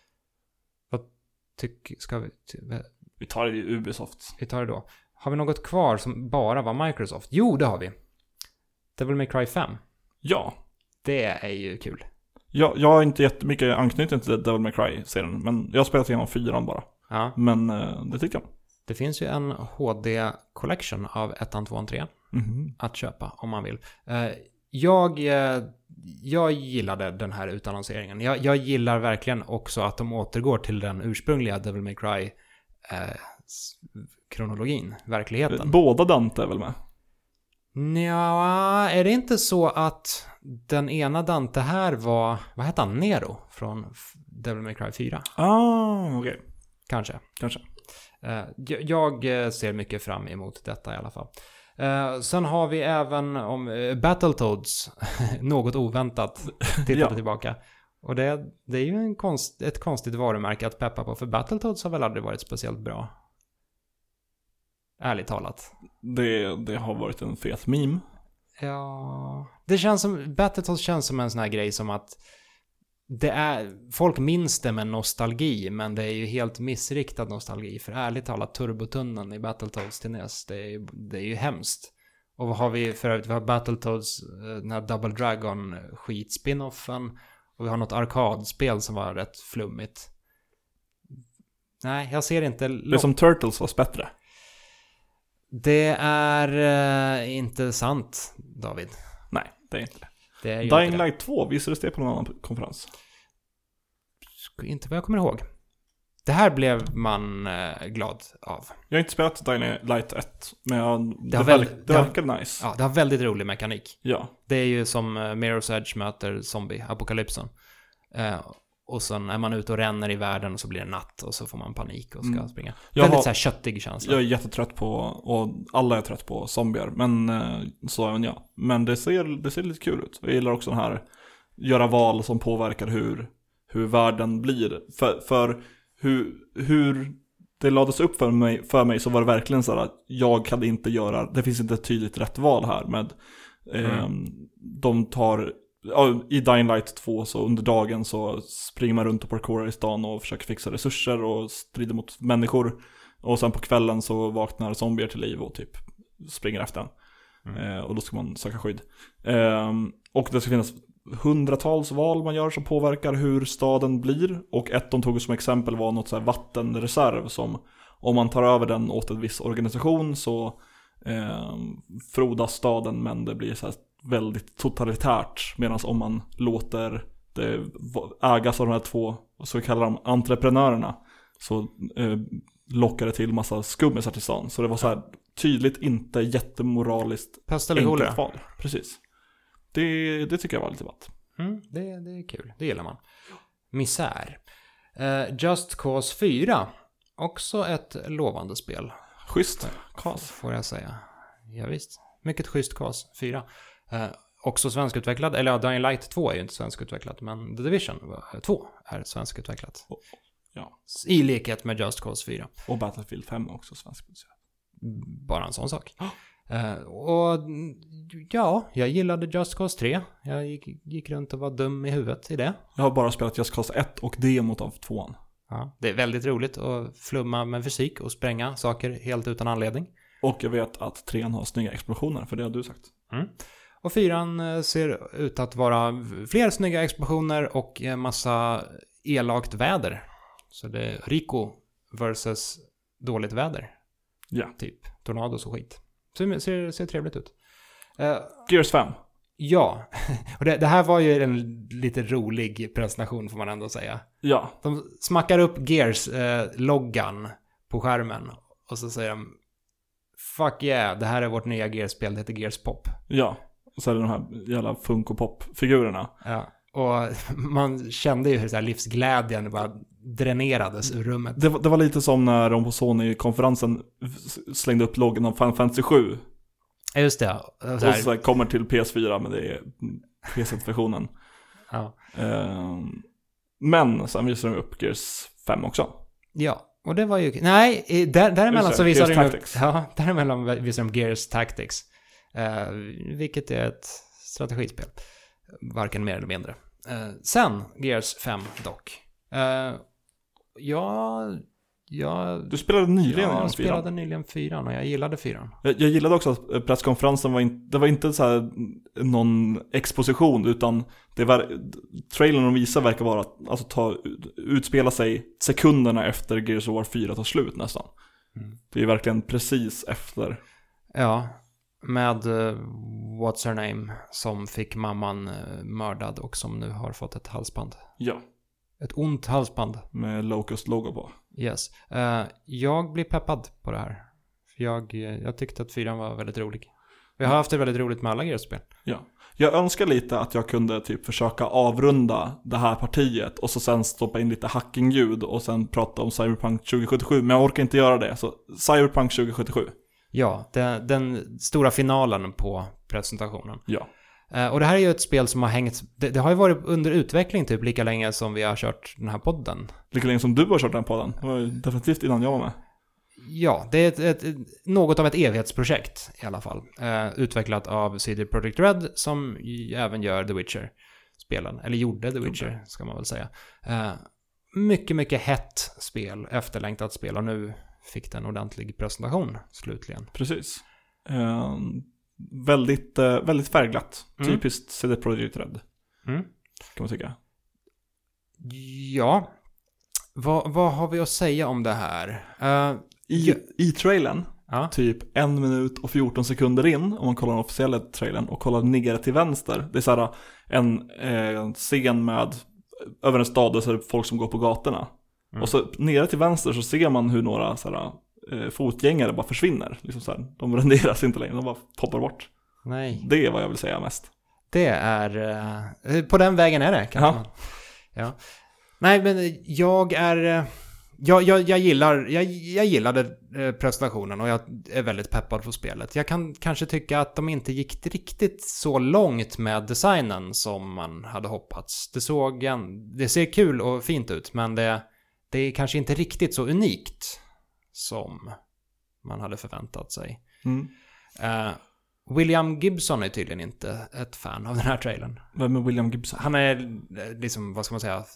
Vad tycker... Ska vi... Ty- vi tar det i Ubisoft. Vi tar det då. Har vi något kvar som bara var Microsoft? Jo, det har vi. Devil May Cry fem. Ja. Det är ju kul. Ja, jag har inte jättemycket anknytning till Devil May Cry-serien, men jag har spelat igenom fyran bara. Ja. Men eh, det tycker jag. Det finns ju en H D-collection av ettan, tvåan, trean mm-hmm. att köpa om man vill. Eh, jag, eh, jag gillade den här utannonseringen. Jag, jag gillar verkligen också att de återgår till den ursprungliga Devil May Cry eh, kronologin, verkligheten. Båda Dante är väl med? Nja, är det inte så att den ena Dante här var, vad heter han, Nero från Devil May Cry fyra? Ah, okej. Okay. Kanske. Kanske. Uh, jag ser mycket fram emot detta i alla fall. Uh, sen har vi även om uh, Battletoads, något oväntat, tittade ja. tillbaka. Och det, det är ju en konst, ett konstigt varumärke att peppa på, för Battletoads har väl aldrig varit speciellt bra. Ärligt talat. Det, det har varit en fet meme. Ja, det känns som, Battletoads känns som en sån här grej som att det är, folk minns det med nostalgi, men det är ju helt missriktad nostalgi. För ärligt talat, turbotunneln i Battletoads till N E S, det är, det är ju hemskt. Och vad har vi för övrigt? Vi har Battletoads, den här Double Dragon skit-spinoffen. Och vi har något arkadspel som var rätt flummigt. Nej, jag ser inte... Det är som Turtles var bättre. Det är uh, inte sant, David. Nej, det är inte det. det är Dying inte Light två, visades det på någon annan konferens? Inte vad jag kommer ihåg. Det här blev man uh, glad av. Jag har inte spelat Dying Light ett, men jag, det, det, väl, verkar, det verkar har, nice. Ja, det har väldigt rolig mekanik. Ja. Det är ju som uh, Mirror's Edge möter zombie-apokalypsen. Uh, och sen är man ute och ränner i världen och så blir det natt och så får man panik och ska mm. springa. Jag väldigt har, så här köttig känsla. Jag är jättetrött på, och alla är trött på zombier, men uh, så även jag. Men det ser, det ser lite kul ut. Jag gillar också den här göra val som påverkar hur, hur världen blir. För, för hur, hur det lades upp för mig, för mig så var det verkligen så här att jag kan inte göra, det finns inte ett tydligt rätt val här med eh, mm. de tar, ja, i Dying Light två så under dagen så springer man runt och parkourar i stan och försöker fixa resurser och strider mot människor, och sen på kvällen så vaknar zombier till liv och typ springer efter en. Mm. Eh, och då ska man söka skydd. Eh, och det ska finnas hundratals val man gör som påverkar hur staden blir. Och ett de tog som exempel var något så här vattenreserv som, om man tar över den åt en viss organisation så eh, frodas staden, men det blir så här väldigt totalitärt. Medan om man låter det ägas av de här två, så kallar de entreprenörerna, så eh, lockar det till massa skummisar till stan. Så det var så här tydligt inte jättemoraliskt enkelt val. Precis. Det, det tycker jag var lite vatt. Mm, det, det är kul, det gillar man. Misär. Uh, Just Cause fyra. Också ett lovande spel. Schysst Cause. Får jag säga. Ja, visst. Mycket schysst Cause fyra. Uh, också svenskutvecklad. Eller ja, Dying Light två är ju inte svenskutvecklat. Men The Division två är svenskutvecklat. Oh, ja. I likhet med Just Cause fyra. Och Battlefield fem också svenskutvecklat. Bara en sån sak. Uh, och ja, jag gillade Just Cause tre. Jag gick, gick runt och var dum i huvudet i det. Jag har bara spelat Just Cause ett och demot av tvåan. Ja, det är väldigt roligt att flumma med fysik och spränga saker helt utan anledning. Och jag vet att trean har snygga explosioner, för det har du sagt. Mm. Och fyran ser ut att vara fler snygga explosioner och en massa elakt väder. Så det är Rico versus dåligt väder. Ja. Typ tornados och skit. Så ser, ser trevligt ut. Uh, Gears fem. Ja, och det, det här var ju en lite rolig presentation får man ändå säga. Ja. De smackar upp Gears-loggan eh, på skärmen och så säger de fuck yeah, det här är vårt nya Gears-spel, det heter Gears Pop. Ja, och så är det de här jävla Funko Pop-figurerna. Ja, och man kände ju hur så här livsglädjen bara dränerades ur rummet. Det var, det var lite som när de på Sony-konferensen slängde upp loggan av Final Fantasy sju. Ja, just det. Så och så här, kommer till P S fyra, men det är P S ett-versionen. Ja. Uh, men sen visade de upp Gears fem också. Ja, och det var ju... Nej, där, däremellan så visade de upp... Ja, däremellan visade de Gears Tactics. Uh, vilket är ett strategispel. Varken mer eller mindre. Uh, sen Gears fem dock. Uh, ja... Jag, du spelade nyligen Jag spelade fyran. nyligen fyran och jag gillade fyran. Jag, jag gillade också att presskonferensen var inte, det var inte så här någon exposition, utan det var, trailern de visar verkar vara att alltså, ta, utspela sig sekunderna efter Gears of War fyra tar slut nästan. Mm. Det är verkligen precis efter. Ja, med uh, What's Her Name som fick mamman uh, mördad och som nu har fått ett halsband. Ja. Ett ont halsband. Med Locust-logo på. Yes. Uh, jag blir peppad på det här. Jag, jag tyckte att fyran var väldigt rolig. Vi har haft det väldigt roligt med alla Gears-spel. Ja. Jag önskar lite att jag kunde typ försöka avrunda det här partiet och så sen stoppa in lite hacking-ljud och sen prata om Cyberpunk tjugo sjuttiosju. Men jag orkar inte göra det. Så Cyberpunk tjugo sjuttiosju. Ja, det, den stora finalen på presentationen. Ja. Uh, och det här är ju ett spel som har hängt... Det, det har ju varit under utveckling typ lika länge som vi har kört den här podden. Lika länge som du har kört den podden. Det var ju definitivt innan jag var med. Ja, det är ett, ett, något av ett evighetsprojekt i alla fall. Uh, utvecklat av C D Projekt Red som även gör The Witcher-spelen. Eller gjorde The Witcher, ska man väl säga. Uh, mycket, mycket hett spel. Efterlängtat spel. Och nu fick den en ordentlig presentation slutligen. Precis. Uh, väldigt, uh, väldigt färgglatt. Mm. Typiskt C D Projekt Red. Mm. Kan man tycka. Ja. Vad, vad har vi att säga om det här? Uh, I, i trailern, ja. typ en minut och fjorton sekunder in, om man kollar den officiella trailern och kollar ner till vänster. Det är så här en, eh, en scen med över en stad där så är det folk som går på gatorna. Mm. Och så nere till vänster så ser man hur några så här, eh, fotgängare bara försvinner. Liksom så här, de renderas inte längre, de bara poppar bort. Nej. Det är vad jag vill säga mest. Det är... Uh, på den vägen är det, kanske. Ja. Ja. Nej, men jag är... Jag, jag, jag, gillar, jag, jag gillade presentationen och jag är väldigt peppad på spelet. Jag kan kanske tycka att de inte gick riktigt så långt med designen som man hade hoppats. Det, såg en, det ser kul och fint ut, men det, det är kanske inte riktigt så unikt som man hade förväntat sig. Mm. Uh, William Gibson är tydligen inte ett fan av den här trailern. Vem är William Gibson? Han är liksom, vad ska man säga...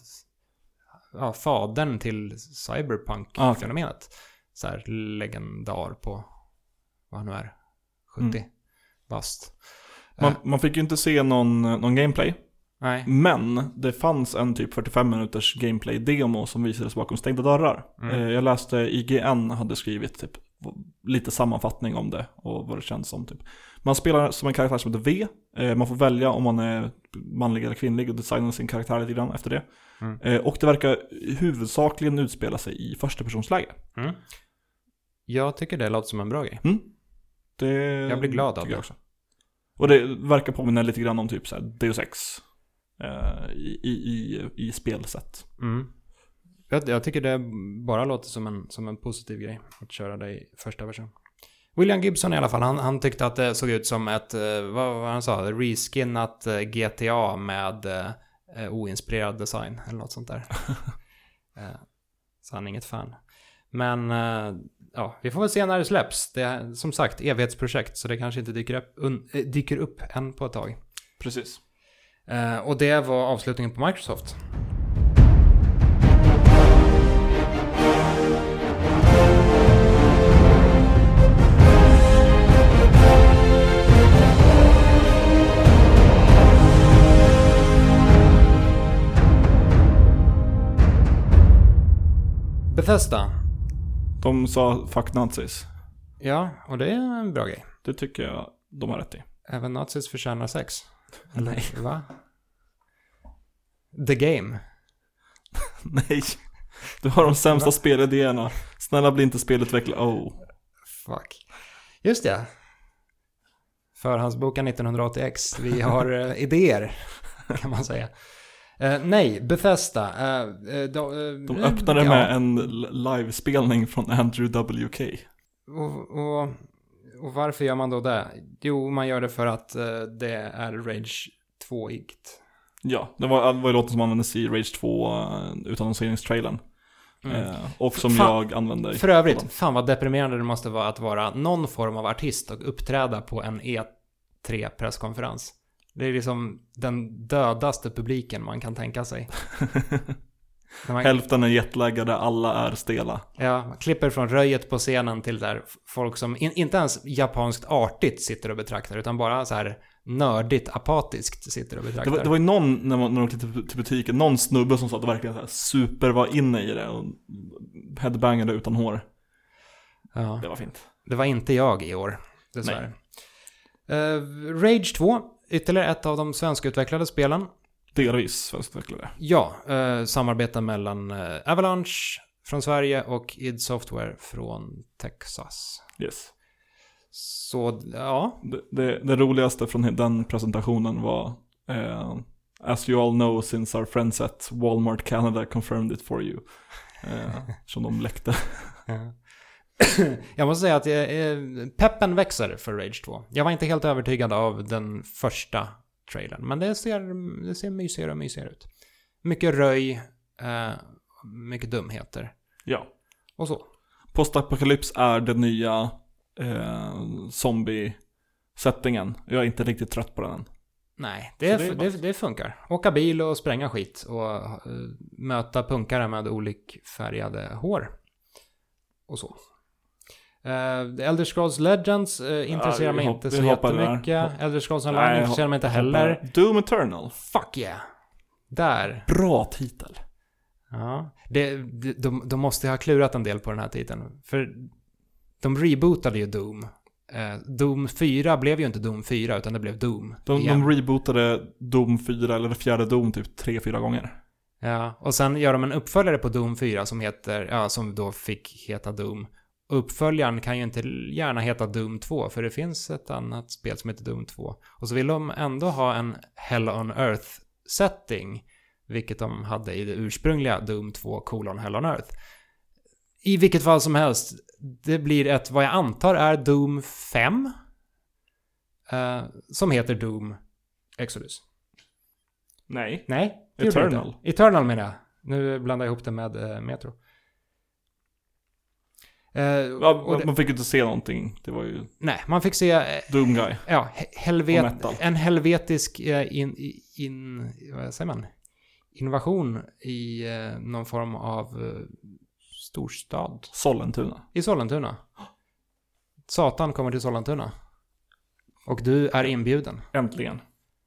Ja, fadern till cyberpunk-fenomenet. Ah, okay. Så här legendar på vad han nu är, sjuttio mm. bast. Man, uh, man fick ju inte se någon, någon gameplay. Nej. Men det fanns en typ fyrtiofem minuters gameplay-demo som visades bakom stängda dörrar. Mm. Uh, jag läste I G N hade skrivit typ lite sammanfattning om det och vad det känns som typ. Man spelar som en karaktär som heter V. Uh, man får välja om man är manlig eller kvinnlig och designa sin karaktär lite grann efter det. Mm. Eh, och det verkar huvudsakligen utspela sig i första personsläge. Mm. Jag tycker det låter som en bra grej. Mm. Det jag blir glad av det också. Och det verkar påminna lite grann om typ så här Deus Ex eh, i, i, i spelsätt. Mm. Jag, jag tycker det bara låter som en, som en positiv grej att köra det i första version. William Gibson i alla fall, han, han tyckte att det såg ut som ett, vad, vad han sa, reskinnat G T A med eh, oinspirerad design eller något sånt där. eh, så han är inget fan. Men eh, ja, vi får väl se när det släpps. Det är som sagt evighetsprojekt, så det kanske inte dyker upp, un, äh, dyker upp än på ett tag. Precis. Eh, och det var avslutningen på Microsoft. Bethesda. De sa fuck nazis. Ja, och det är en bra grej. Det tycker jag de har rätt i. Även nazis förtjänar sex. Nej. Va? The Game. Nej. Du har de sämsta Va? spelidéerna. Snälla bli inte spelutvecklare. Oh. Fuck. Just det. Förhandsboken nittonhundraåttio X. Vi har uh, idéer, kan man säga. Uh, nej, Bethesda. Uh, uh, de, uh, de öppnade ja. med en livespelning från Andrew W K. Och, och, och varför gör man då det? Jo, man gör det för att uh, det är Rage två-igt. Ja, det var, det var ju låten som användes i Rage två uh, utannonseringstrailern. Mm. Uh, och som fan, jag använde. För övrigt, fan vad deprimerande det måste vara att vara någon form av artist och uppträda på en E tre-presskonferens. Det är liksom den dödaste publiken man kan tänka sig. man... Hälften är jetlaggade, alla är stela. Ja, man klipper från röjet på scenen till där folk som in, inte ens japanskt artigt sitter och betraktar, utan bara så här nördigt, apatiskt sitter och betraktar. Det var, det var ju någon, när, man, när de klippte till butiken, någon snubbe som sa att det verkligen så här super var inne i det och headbangade utan hår. Ja. Det var fint. Det var inte jag i år, dessvärre. Uh, Rage två. Ytterligare ett av de svenskutvecklade spelen. Delvis svenskutvecklade. Ja, eh, samarbete mellan eh, Avalanche från Sverige och id Software från Texas. Yes. Så, ja. Det, det, det roligaste från den presentationen var eh, as you all know since our friends at Walmart Canada confirmed it for you. Eh, som de läckte. Ja. Jag måste säga att eh, peppen växer för Rage två. Jag var inte helt övertygad av den första trailern, men det ser, det ser mysigare och mysigare ut. Mycket röj, eh, mycket dumheter. Ja. Och så. Postapokalyps är den nya eh, zombie-settingen. Jag är inte riktigt trött på den än. Nej, det, det, det, det funkar. Åka bil och spränga skit och uh, möta punkare med olikfärgade hår. Och så. Uh, The Elder Scrolls Legends uh, intresserar ja, mig hopp, inte så jättemycket. Elder Scrolls Online Nej, intresserar mig inte heller. Doom Eternal. Fuck yeah. Där. Bra titel. Ja, det, de, de måste ha klurat en del på den här titeln. För de rebootade ju Doom. Eh, Doom fyra blev ju inte Doom fyra utan det blev Doom. De, de rebootade Doom fyra eller det fjärde Doom typ tre, fyra gånger. Ja, och sen gör de en uppföljare på Doom fyra som heter, ja, som då fick heta Doom. Uppföljaren kan ju inte gärna heta Doom två för det finns ett annat spel som heter Doom två. Och så vill de ändå ha en Hell on Earth setting, vilket de hade i det ursprungliga Doom två kolon Hell on Earth. I vilket fall som helst, det blir ett, vad jag antar är Doom fem eh, som heter Doom Exodus. Nej. Nej, Eternal. Eternal menar jag. Nu blandar jag ihop det med eh, Metro. Eh, ja, det, man fick inte se någonting. Det var ju... Nej, man fick se... Eh, Doom Guy. Ja, helvet, en helvetisk eh, in, in, vad säger man? Invasion i eh, någon form av eh, storstad. Sollentuna. I Sollentuna. Satan kommer till Sollentuna. Och du är inbjuden. Äntligen.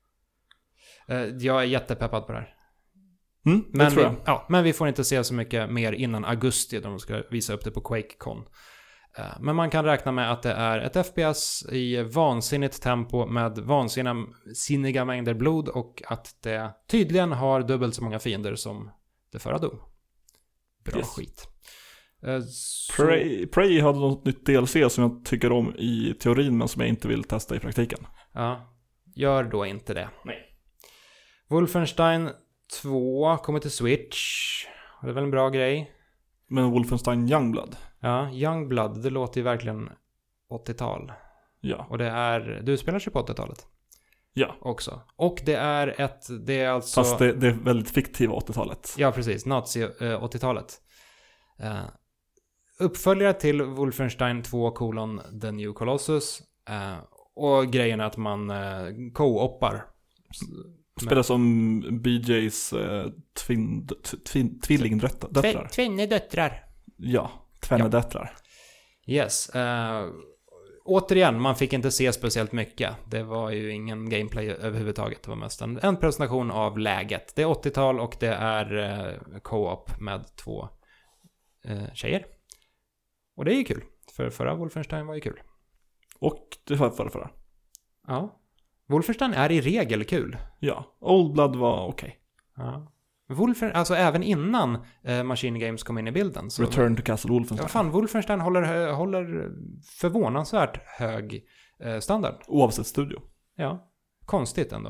Eh, jag är jättepeppad på det här. Mm, det men, tror jag. Vi, ja, men vi får inte se så mycket mer innan augusti då de ska visa upp det på QuakeCon. Eh, men man kan räkna med att det är ett F P S i vansinnigt tempo med vansinniga mängder blod och att det tydligen har dubbelt så många fiender som det förra Doom. Bra yes. skit. Eh, så... Prey, Prey hade något nytt D L C som jag tycker om i teorin men som jag inte vill testa i praktiken. Ja, gör då inte det. Nej. Wolfenstein två kommer till Switch. Det är väl en bra grej. Men Wolfenstein Youngblood. Ja, Youngblood, det låter ju verkligen åttiotal. Ja. Och det är, du spelar sig på åttiotalet. Ja. Också. Och det är ett, det är alltså... Fast det, det är väldigt fiktiva åttiotalet. Ja, precis. Nazi-åttiotalet. Uh, uppföljare till Wolfenstein två kolon The New Colossus. Uh, och grejen är att man uh, co-oppar. Spelar som B J's uh, twin, twin, tvillingdöttrar. Tvennedöttrar. Ja, tvennedöttrar. Ja. Yes. Uh, återigen, man fick inte se speciellt mycket. Det var ju ingen gameplay överhuvudtaget. Det var mest en, en presentation av läget. Det är åttiotal och det är uh, co-op med två uh, tjejer. Och det är ju kul. För förra Wolfenstein var ju kul. Och det var förra förra. Ja. Wolfenstein är i regel kul. Ja, Old Blood var okej. Okay. Ja. Wolfen, alltså även innan eh, Machine Games kom in i bilden. Så, Return to Castle Wolfenstein. Ja, fan, Wolfenstein håller, håller förvånansvärt hög eh, standard. Oavsett studio. Ja, konstigt ändå.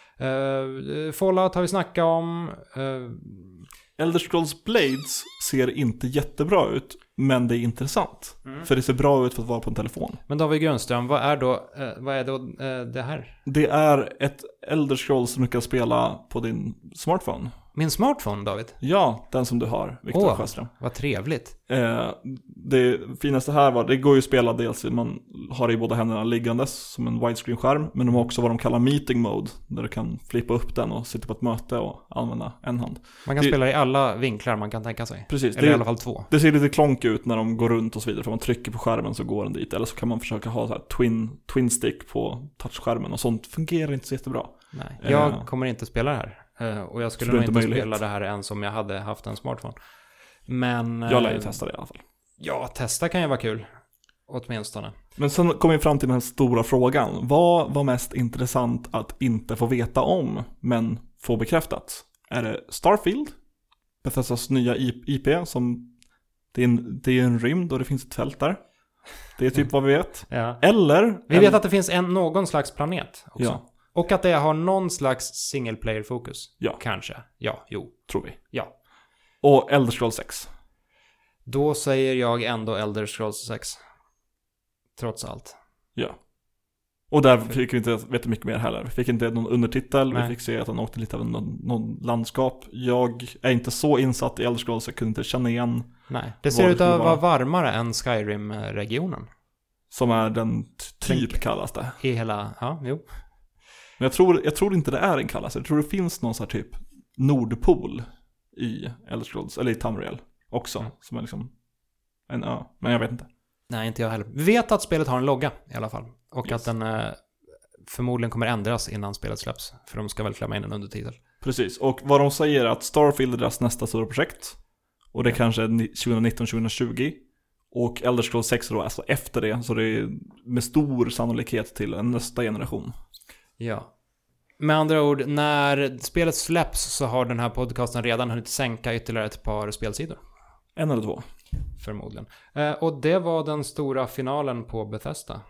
Eh, Fallout har vi snackat om. Eh, Elder Scrolls Blades ser inte jättebra ut, men det är intressant. Mm. För det ser bra ut för att vara på en telefon. Men David Grönström, vad är då, eh, vad är då eh, det här? Det är ett Elder Scrolls som du kan spela på din smartphone. Min smartphone, David? Ja, den som du har, Viktor Åh, Sjöström. Vad trevligt. Eh, det finaste här var, det går ju att spela dels, man har det i båda händerna liggandes som en widescreen-skärm. Men de har också vad de kallar meeting mode, där du kan flippa upp den och sitta på ett möte och använda en hand. Man kan det, spela i alla vinklar man kan tänka sig. Precis. Eller det, i alla fall två. Det ser lite klonk ut när de går runt och så vidare, för man trycker på skärmen så går den dit. Eller så kan man försöka ha så här twin, twin stick på touchskärmen och sånt fungerar inte så jättebra. Nej, jag eh, kommer inte spela det här. Uh, och jag skulle nog inte möjlighet. spela det här ens om jag hade haft en smartphone. Men... Jag lär ju testa det i alla fall. Ja, testa kan ju vara kul. Åtminstone. Men sen kom vi fram till den här stora frågan. Vad var mest intressant att inte få veta om, men få bekräftat? Är det Starfield? Bethesdas nya I P som... Det är, en, det är en rymd och det finns ett fält där. Det är typ vad vi vet. Ja. Eller... Vi en, vet att det finns en, någon slags planet också. Ja. Och att det har någon slags single player fokus. Ja. Kanske. Ja, jo. Tror vi. Ja. Och Elder Scrolls sex. Då säger jag ändå Elder Scrolls sex. Trots allt. Ja. Och där fick vi inte veta mycket mer heller. Vi fick inte någon undertitel. Nej. Vi fick se att han åkte lite av någon, någon landskap. Jag är inte så insatt i Elder Scrolls. Jag kunde inte känna igen. Nej, det ser Vad ut det att skulle vara vara. varmare än Skyrim-regionen. Som är den t- typ Tänk- kallas det. I hela, ja, jo. Men jag tror, jag tror inte det är en kallas. Jag tror det finns någon sån här typ Nordpol i Elder Scrolls. Eller i Tamriel också. Mm. Som är liksom en ö. Men jag vet inte. Nej, inte jag heller. Vi vet att spelet har en logga i alla fall. Och Yes. att den eh, förmodligen kommer ändras innan spelet släpps. För de ska väl klämma in en undertitel. Precis. Och vad de säger är att Starfield är deras nästa stora projekt. Och det kanske är tjugonitton tjugohundratjugo. Och Elder Scrolls sex då, alltså efter det. Så det är med stor sannolikhet till en nästa generation. Ja. Med andra ord, när spelet släpps så har den här podcasten redan hunnit sänka ytterligare ett par spelsidor. En eller två. Förmodligen. Eh, och det var den stora finalen på Bethesda.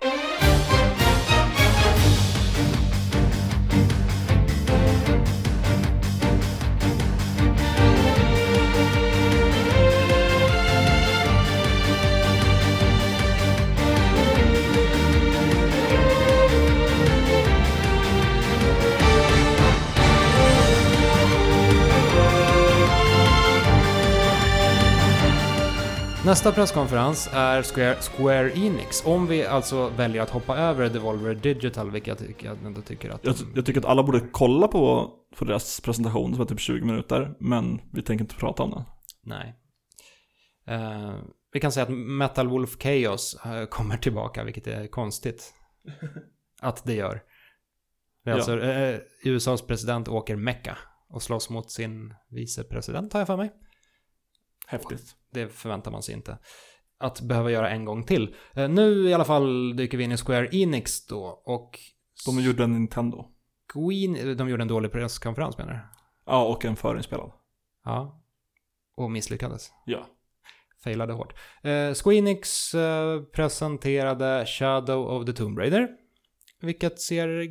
Nästa presskonferens är Square, Square Enix. Om vi alltså väljer att hoppa över Devolver Digital, vilket jag, tycker, jag ändå tycker att... Jag, jag tycker att alla borde kolla på, på deras presentation som är typ tjugo minuter. Men vi tänker inte prata om den. Nej. Eh, vi kan säga att Metal Wolf Chaos eh, kommer tillbaka, vilket är konstigt att det gör. Det är Ja. alltså eh, U S A:s president åker mecka och slåss mot sin vicepresident, har jag för mig. Häftigt. Det förväntar man sig inte att behöva göra en gång till. Eh, nu i alla fall dyker vi in i Square Enix då. Och De gjorde en Nintendo. Queen, de gjorde en dålig presskonferens, menar du? Ja, och en förinspelad. Ja. Och misslyckades. Ja. Failade hårt. Eh, Square Enix eh, presenterade Shadow of the Tomb Raider. Vilket ser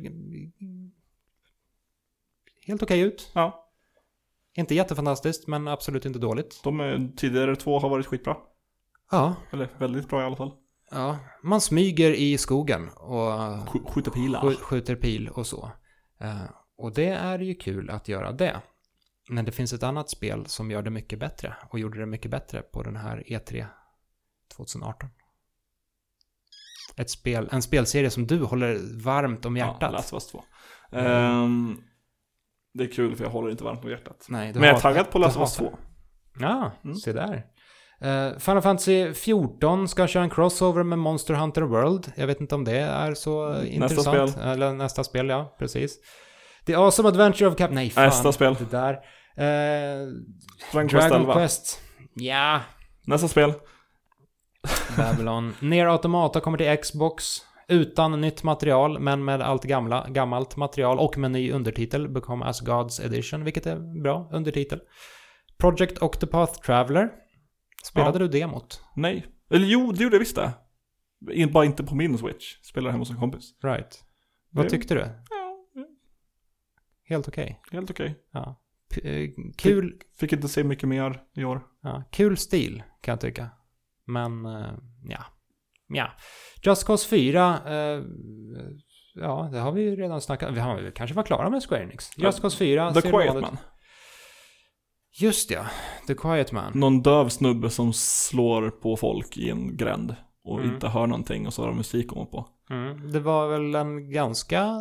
helt okej ut. Ja. Inte jättefantastiskt, men absolut inte dåligt. De är, tidigare två har varit skitbra. Ja. Eller väldigt bra i alla fall. Ja. Man smyger i skogen och Sk- skjuta pilar. sk- skjuter pil och så. Eh, och det är ju kul att göra det. Men det finns ett annat spel som gör det mycket bättre. Och gjorde det mycket bättre på den här E tre tjugoarton. Ett spel, en spelserie som du håller varmt om hjärtat. Ja, Last of Us två. Mm. Um, det är kul för jag håller inte varmt om hjärtat. Nej, du Men jag är hat- taggad på du Last of Us hatar två. det. Ja, Mm. se där. Uh, Final Fantasy fjorton ska köra en crossover med Monster Hunter World. Jag vet inte om det är så Nästa intressant. spel. Eller nästa spel, ja, precis. The Awesome Adventure of Cap... Nej, fan. Nästa spel. Det där. Uh, Dragon Quest Dragon elva. Quest. Ja. Nästa spel. Babylon. Nier Automata kommer till Xbox. Utan nytt material, men med allt gamla, gammalt material och med ny undertitel. Become as Gods Edition, vilket är bra undertitel. Project Octopath Traveler. Spelade Ja. du demot? Nej. Eller jo, det gjorde jag visst det. In, bara inte på min Switch. Spelade hemma hos en kompis. Right. Vad Det- tyckte du? Ja, Helt okej. helt okej. Ja. P- eh, kul, Fick inte se mycket mer i år. ja, kul stil kan jag tycka. Men, eh, ja. Ja. Just Cause fyra, eh, ja, det har vi ju redan snackat. Vi har vi kanske var klara med Square Enix. Just Cause fyra. The ser Quiet vanligt- Man. Just ja, The Quiet Man. Någon döv snubbe som slår på folk i en gränd. Och Mm. inte hör någonting och så har de musik om på. Mm. Det var väl en ganska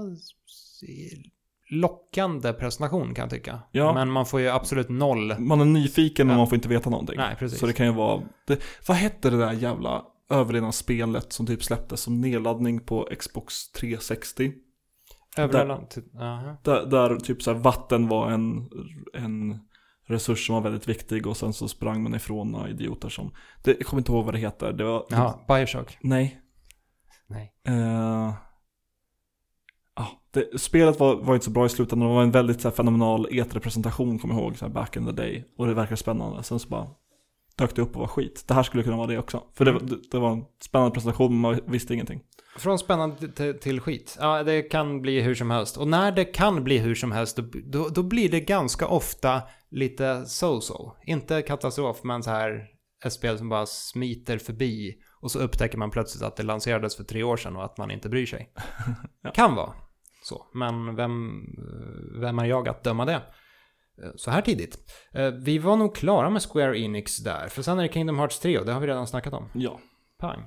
lockande presentation kan jag tycka. Ja. Men man får ju absolut noll. Man är nyfiken men Ja. man får inte veta någonting. Nej, precis. Så det kan ju vara... Det, vad hette det där jävla överlevnadsspelet som typ släpptes som nedladdning på Xbox tre sextio? Överallt. Aha. Där, där typ så här vatten var en, en resurs som var väldigt viktig och sen så sprang man ifrån några idioter som... Det, jag kommer inte ihåg vad det heter. Det var... Ja, Bioshock. Nej. Nej. Uh, ah, det, spelet var, var inte så bra i slutändan. Det var en väldigt så här, fenomenal E tre-presentation, kommer jag ihåg, så här, back in the day. Och det verkar spännande. Sen så bara dök det upp och var skit. Det här skulle kunna vara det också. För det, det, det var en spännande presentation, men man visste ingenting. Från spännande till, till skit. Ja, det kan bli hur som helst. Och när det kan bli hur som helst, då, då, då blir det ganska ofta lite so-so. Inte katastrof, men så här ett spel som bara smiter förbi och så upptäcker man plötsligt att det lanserades för tre år sedan och att man inte bryr sig. Ja. Kan vara så, men vem, vem är jag att döma det så här tidigt? Vi var nog klara med Square Enix där, för sen är det Kingdom Hearts tre och det har vi redan snackat om. Ja. Pang.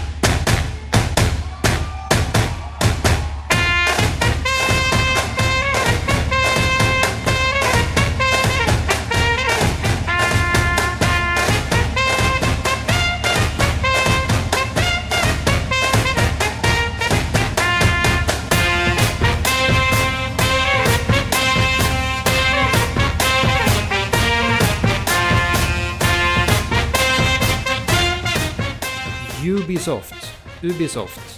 Ubisoft. Ubisoft.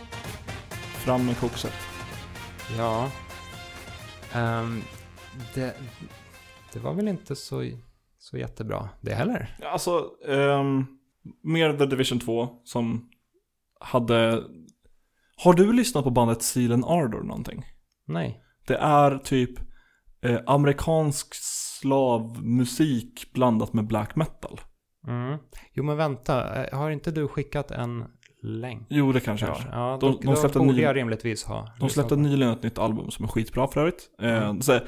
Fram med kokset. Ja. Um, det, det var väl inte så, så jättebra det heller. Alltså, um, mer The Division två som hade... Har du lyssnat på bandet Seal and Ardor någonting? Nej. Det är typ eh, amerikansk slavmusik blandat med black metal. Mm. Jo men vänta, har inte du skickat en länk? Jo, det kanske jag har. Ja, då, de, de släppte då borde ny... jag rimligtvis ha. De släppte nyligen ett nytt album som är skitbra för övrigt. Mm. Eh, så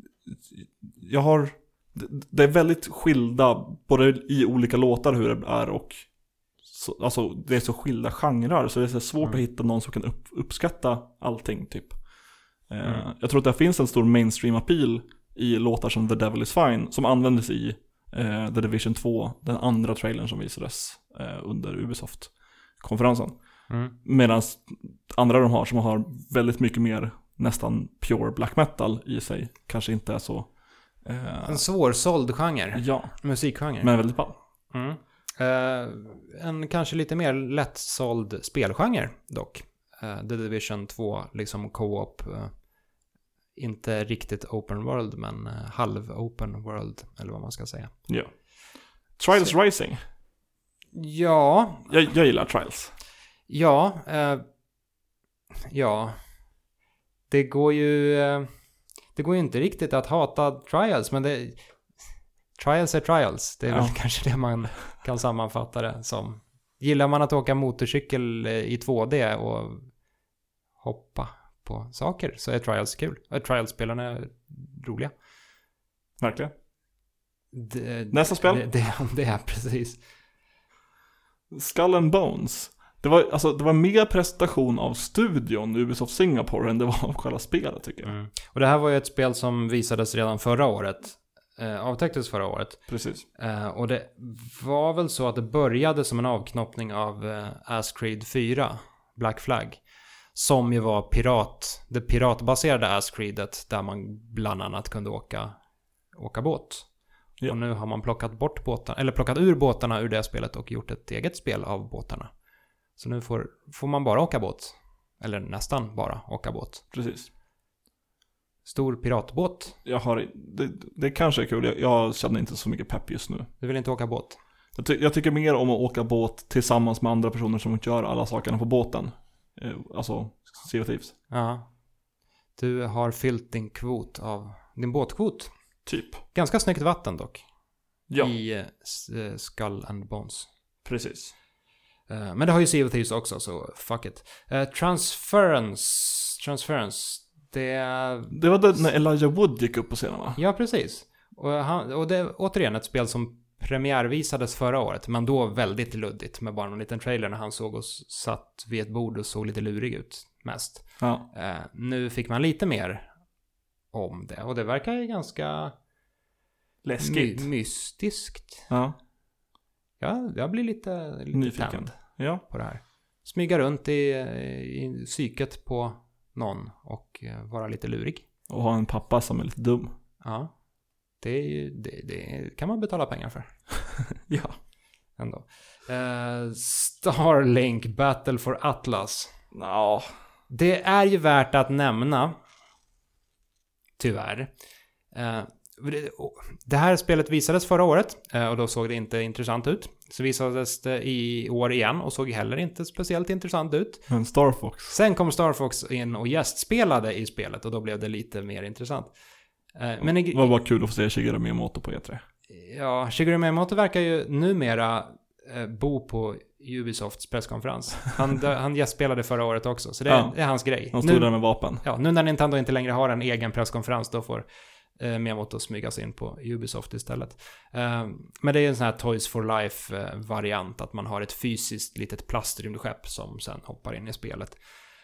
jag har... Det är väldigt skilda, både i olika låtar hur det är och... Så, alltså det är så skilda genrer så det är så svårt mm. att hitta någon som kan upp, uppskatta allting typ. Eh, mm. Jag tror att det finns en stor mainstream appeal i låtar som The Devil Is Fine som användes i Uh, The Division två, den andra trailern som visades uh, under Ubisoft-konferensen. Mm. Medan andra de har som har väldigt mycket mer nästan pure black metal i sig kanske inte är så... Uh, en svårsåld genre. Ja. Musikgenre. Men väldigt bra. Mm. Uh, en kanske lite mer lättsåld spelgenre dock. Uh, The Division två, liksom co-op... Uh, inte riktigt open world, men halv open world, eller vad man ska säga. Ja. Trials Så. Rising. Ja. Jag, jag gillar Trials. Ja. Eh, ja. Det går ju... Eh, det går ju inte riktigt att hata Trials, men det... Trials är Trials. Det är ja. väl kanske det man kan sammanfatta det som. Gillar man att åka motorcykel i två D och hoppa på saker så är Trials kul. Trials-spelarna är roliga. Verkligen. Det, Nästa spel? Det, det, det är precis. Skull and Bones. Det var, alltså, det var mer presentation av studion Ubisoft Singapore än det var av själva spelet tycker jag. Mm. Och det här var ju ett spel som visades redan förra året. Eh, avtäcktes förra året. Precis. Eh, och det var väl så att det började som en avknoppning av eh, Assassin's Creed fyra, Black Flag. Som ju var pirat, det piratbaserade Assassin's Creedet där man bland annat kunde åka, åka båt. Ja. Och nu har man plockat bort båtarna, eller plockat ur båtarna ur det spelet och gjort ett eget spel av båtarna. Så nu får, får man bara åka båt. Eller nästan bara åka båt. Precis. Stor piratbåt. Jag har, det, det kanske är kul, jag, jag känner inte så mycket pepp just nu. Du vill inte åka båt? Jag, ty, jag tycker mer om att åka båt tillsammans med andra personer som inte gör alla sakerna på båten. Alltså, Sea of Thieves. Ja. Du har fyllt din kvot av din båtkvot. Typ. Ganska snyggt vatten dock. Ja. I uh, Skull and Bones. Precis. Uh, men det har ju Sea of Thieves också, så fuck it. Uh, transference. Transference. Det... det var det när Elijah Wood gick upp på scenen, va? Ja, precis. Och, han, och det är återigen ett spel som premiärvisades förra året, men då väldigt luddigt med bara en liten trailer när han såg oss satt vid ett bord och såg lite lurig ut mest. Ja. Uh, nu fick man lite mer om det, och det verkar ju ganska läskigt. My- mystiskt. Ja. Ja, jag blir lite, lite nyfiken tänd ja. på det här. Smyga runt i, i psyket på någon och vara lite lurig. Och ha en pappa som är lite dum. Ja. Det, är ju, det, det kan man betala pengar för. Ja. Ändå. Uh, Starlink Battle for Atlas. Ja. Det är ju värt att nämna. Tyvärr. Uh, det här spelet visades förra året uh, och då såg det inte intressant ut. Så visades det i år igen och såg heller inte speciellt intressant ut. Men Star Fox. Sen kom Star Fox in och gästspelade i spelet och då blev det lite mer intressant. Uh, men det var bara kul att få se Shigeru Miyamoto på E tre. Ja, Shigeru Miyamoto verkar ju numera eh, bo på Ubisofts presskonferens. Han, han gästspelade förra året också, så det, Ja. det är hans grej. Han stod Nu, där med vapen. ja, nu när Nintendo inte längre har en egen presskonferens, då får eh, Miyamoto smygas in på Ubisoft istället. Eh, men det är en sån här Toys for Life-variant, att man har ett fysiskt litet plastrymdskepp som sen hoppar in i spelet.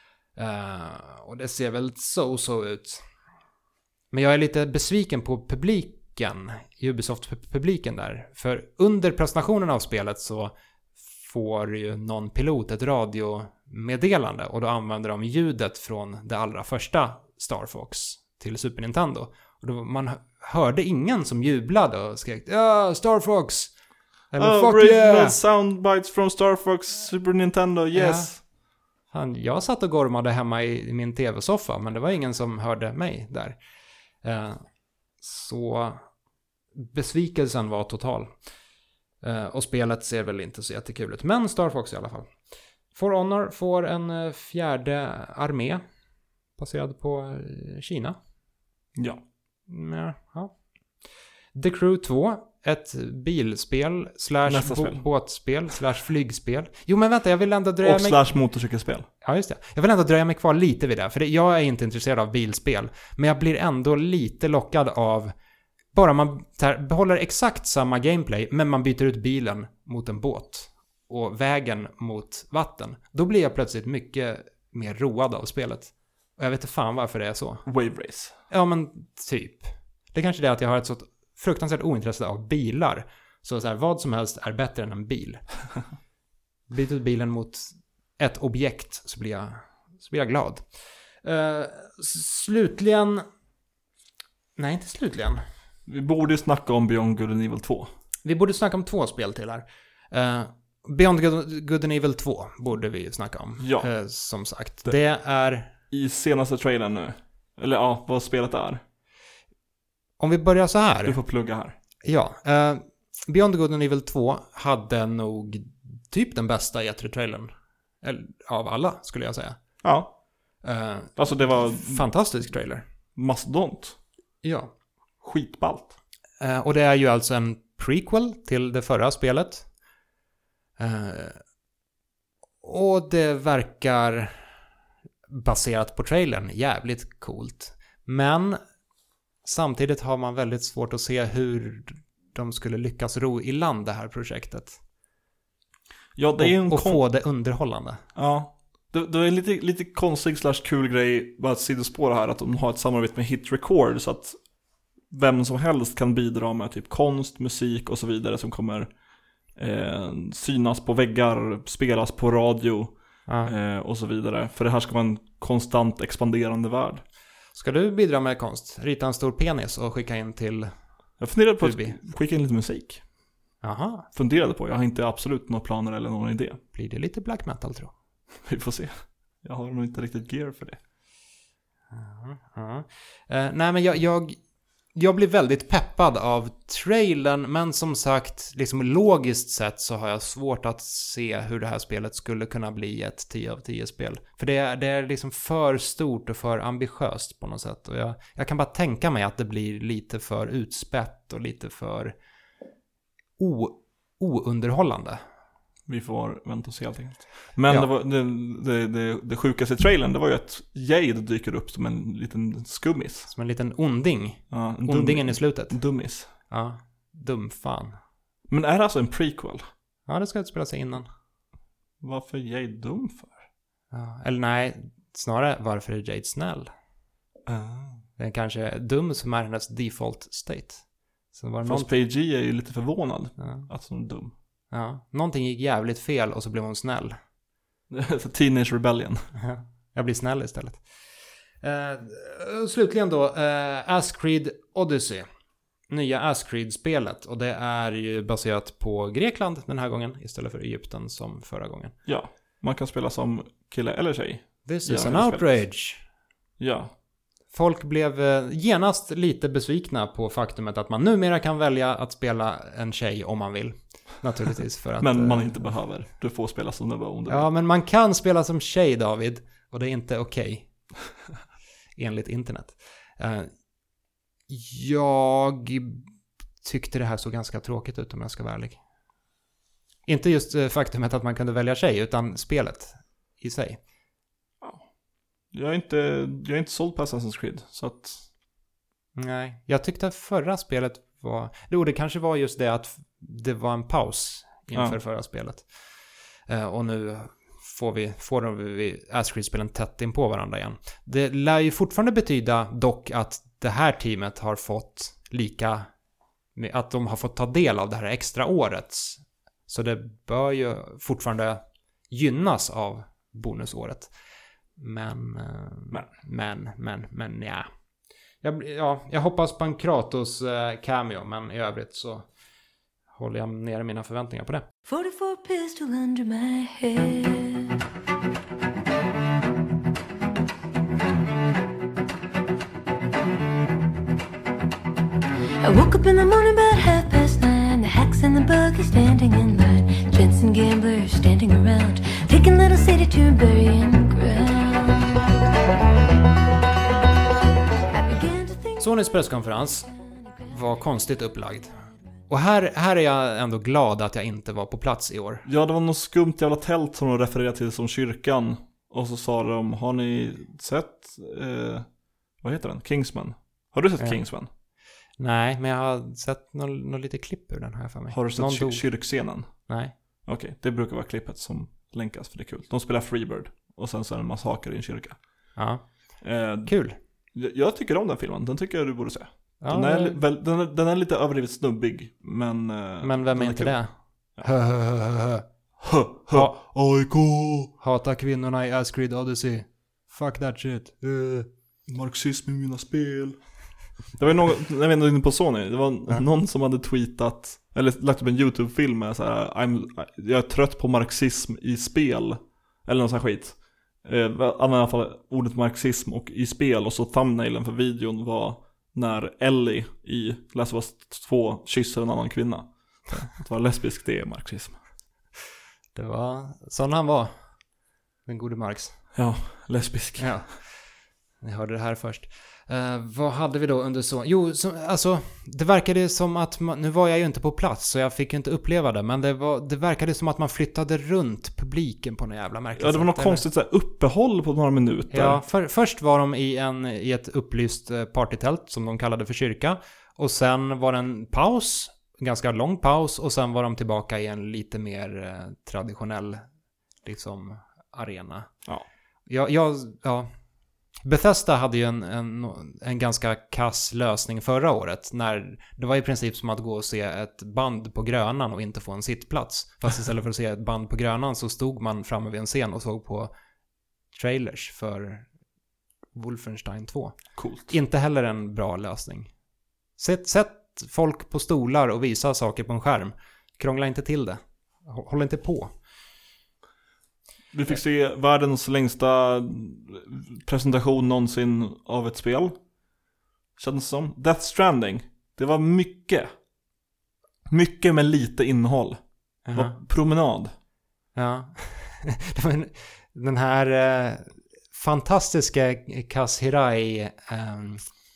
Eh, och det ser väl så så ut. Men jag är lite besviken på publiken, Ubisoft-publiken där. För under presentationen av spelet så får ju någon pilot ett radiomeddelande och då använder de ljudet från det allra första Star Fox till Super Nintendo. Och då man hörde ingen som jublade och skrek ja, Star Fox! Eller Oh, fuck original yeah! soundbites from Star Fox Super Nintendo, yes! Ja. Han, jag satt och gormade hemma i, i min tv-soffa, men det var ingen som hörde mig där. Eh, så besvikelsen var total. Eh, och spelet ser väl inte så jättekul ut. Men Star Fox i alla fall. For Honor får en eh, fjärde armé baserad på eh, Kina. Ja. Mm, ja. The Crew två, ett bilspel slash Nästa bo- spel. båtspel slash flygspel. Jo men vänta, jag vill ändå dröja Och mig... slash motorcykelspel. Ja, just det. Jag vill ändå dröja mig kvar lite vid det, för det, jag är inte intresserad av bilspel. Men jag blir ändå lite lockad av, bara man tar, behåller exakt samma gameplay, men man byter ut bilen mot en båt och vägen mot vatten. Då blir jag plötsligt mycket mer road av spelet. Och jag vet inte fan varför det är så. Wave Race. Ja, men typ. Det kanske är det att jag har ett så fruktansvärt ointresse av bilar. Så, så här, vad som helst är bättre än en bil. Byt ut bilen mot ett objekt så blir jag, så blir jag glad. Uh, slutligen... Nej, inte slutligen. Vi borde ju snacka om Beyond Good and Evil två. Vi borde snacka om två spel till här. Uh, Beyond Good, Good and Evil två borde vi snacka om. Ja. Uh, som sagt. Det- Det är... I senaste trailern nu. Eller ja, vad spelet är. Om vi börjar så här. Du får plugga här. Ja, eh, Beyond Good and Evil två hade nog typ den bästa E tre-trailern. Eller, av alla, skulle jag säga. Ja. Eh, Alltså det var fantastisk trailer. mastodont. Ja. Skitballt. Eh, och det är ju alltså en prequel till det förra spelet. Eh, och det verkar, baserat på trailern, jävligt coolt. Men samtidigt har man väldigt svårt att se hur de skulle lyckas ro i land det här projektet. Ja, det är ju en och och kon- få det underhållande. Ja. Det, det är lite, lite konstig slash kul grej, bara ett sidospår här, att de har ett samarbete med Hit Record så att vem som helst kan bidra med typ konst, musik och så vidare som kommer eh, synas på väggar, spelas på radio Ja. eh, och så vidare. För det här ska vara en konstant expanderande värld. Ska du bidra med konst? Rita en stor penis och skicka in till... Jag funderade på att Ruby. skicka in lite musik. Jaha, Funderade på, jag har inte absolut några planer eller någon idé. blir det lite black metal tror Vi får se. Jag har nog inte riktigt gear för det. jag. Ja. Eh, nej men jag, jag, jag blir väldigt peppad av trailern, men som sagt, liksom logiskt sett så har jag svårt att se hur det här spelet skulle kunna bli ett tio av tio spel. För det är, det är liksom för stort och för ambitiöst på något sätt. Och jag, jag kan bara tänka mig att det blir lite för utspätt och lite för o, ounderhållande. Vi får vänta och se helt enkelt. Men Ja. det, var, det, det, det, det sjukaste i trailern, det var ju att Jade dyker upp som en liten skummis. Som en liten onding. Ja, en Ondingen dum, i slutet. en dummis. Ja, dum fan. Men är det alltså en prequel? Ja, det ska utspela sig innan. Varför är Jade dum för? Ja, eller nej, snarare varför är Jade snäll? Den är kanske dum som är hennes default state. Så var det Fast någon... P G är ju lite förvånad ja, att hon är dum. ja, någonting gick jävligt fel och så blev hon snäll. Så Teenage Rebellion. Jag blir snäll istället. Uh, slutligen då, uh, Ascreed Odyssey. Nya Ascreed-spelet. Och det är ju baserat på Grekland den här gången istället för Egypten som förra gången. Ja, man kan spela som kille eller tjej. This Ja, is det an är spelet. outrage. Ja, Folk blev eh, genast lite besvikna på faktumet att man numera kan välja att spela en tjej om man vill. Naturligtvis för att... men man eh, inte behöver. Du får spela som det var om du Ja, men man kan spela som tjej, David. Och det är inte okej. Enligt internet. Eh, jag tyckte det här såg ganska tråkigt ut om jag ska vara ärlig. Inte just eh, faktumet att man kunde välja tjej, utan spelet i sig. Jag är inte, jag är inte såld på Assassin's Creed, så att... Nej, jag tyckte att förra spelet var... Jo, det kanske var just det att det var en paus inför Ja. förra spelet. Eh, och nu får vi, får vi Assassin's Creed-spelen tätt in på varandra igen. Det lär ju fortfarande betyda dock att det här teamet har fått lika... Att de har fått ta del av det här extra året. Så det bör ju fortfarande gynnas av bonusåret. Men, men, men, men, men ja. Jag, ja. Jag hoppas på en Kratos eh, cameo, men i övrigt så håller jag ner mina förväntningar på det. forty-four pistol under my head. I woke up in the morning about half past nine. The hacks and the buggy standing in line. Gents and gamblers standing around. Taking little city to burying ground. I began to think... Sonys presskonferens var konstigt upplagd. Och här, här är jag ändå glad att jag inte var på plats i år. Ja, det var något skumt jävla tält som de refererade till som kyrkan. Och så sa de, har ni sett, eh, vad heter den? Kingsman. Har du sett Ja. Kingsman? Nej, men jag har sett något nå lite klipp ur den här för mig. Har du sett Någon kyr- dog. kyrkscenen? Nej. Okej, okay, det brukar vara klippet som länkas för det är kul. De spelar Freebird och sen så är det en massaker i en kyrka. Ja. Eh, Kul. jag, jag tycker om den filmen, den tycker jag du borde se. Ja, Den är, li- väl, den, är, den är lite överdrivet snubbig, men... eh, men vem den är inte kul. det? Hö, hö, hö, hö, hö. Hö, hö, Ja. A I K! Hata kvinnorna i Assassin's Creed Odyssey. Fuck that shit. Uh. Marxism i mina spel. Det var någon, jag vet inte, inne på Sony. Det var Ja. någon som hade tweetat, eller lagt upp en YouTube-film med så här, I'm, jag är trött på marxism i spel. Eller någon sån här skit. Eh, använder i alla fall ordet marxism och i spel. Och så thumbnailen för videon var när Ellie i Last of Us två kysser en annan kvinna. Att vara lesbisk, det är marxism. Det var sån han var. Den gode Marx. Ja, lesbisk. Ja. Ni hörde det här först. Uh, vad hade vi då under så? Jo, så, alltså det verkade som att man, nu var jag ju inte på plats så jag fick ju inte uppleva det, men det, var, det verkade som att man flyttade runt publiken på någon jävla märkligt Ja, det var något sätt. konstigt så här, uppehåll på några minuter. Ja, för, först var de i, en, i ett upplyst eh, partytält som de kallade för kyrka, och sen var det en paus, en ganska lång paus, och sen var de tillbaka i en lite mer eh, traditionell liksom arena. Ja. Jag, jag, ja. Bethesda hade ju en, en, en ganska kass lösning förra året, när det var i princip som att gå och se ett band på Grönan och inte få en sittplats. Fast istället för att se ett band på Grönan så stod man framme vid en scen och såg på trailers för Wolfenstein två. Coolt. Inte heller en bra lösning. Sätt, sätt folk på stolar och visa saker på en skärm. Krångla inte till det. Håll inte på. Vi fick se världens längsta presentation någonsin av ett spel. Känns som Death Stranding. Det var mycket. Mycket med lite innehåll. Det var Uh-huh. promenad. Ja. Det var en, den här eh, fantastiska Kaz Hirai ehm,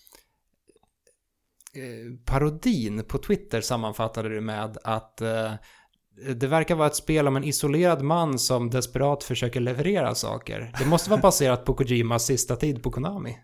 eh, parodin på Twitter sammanfattade det med att eh, det verkar vara ett spel om en isolerad man som desperat försöker leverera saker. Det måste vara baserat på Kojimas sista tid på Konami.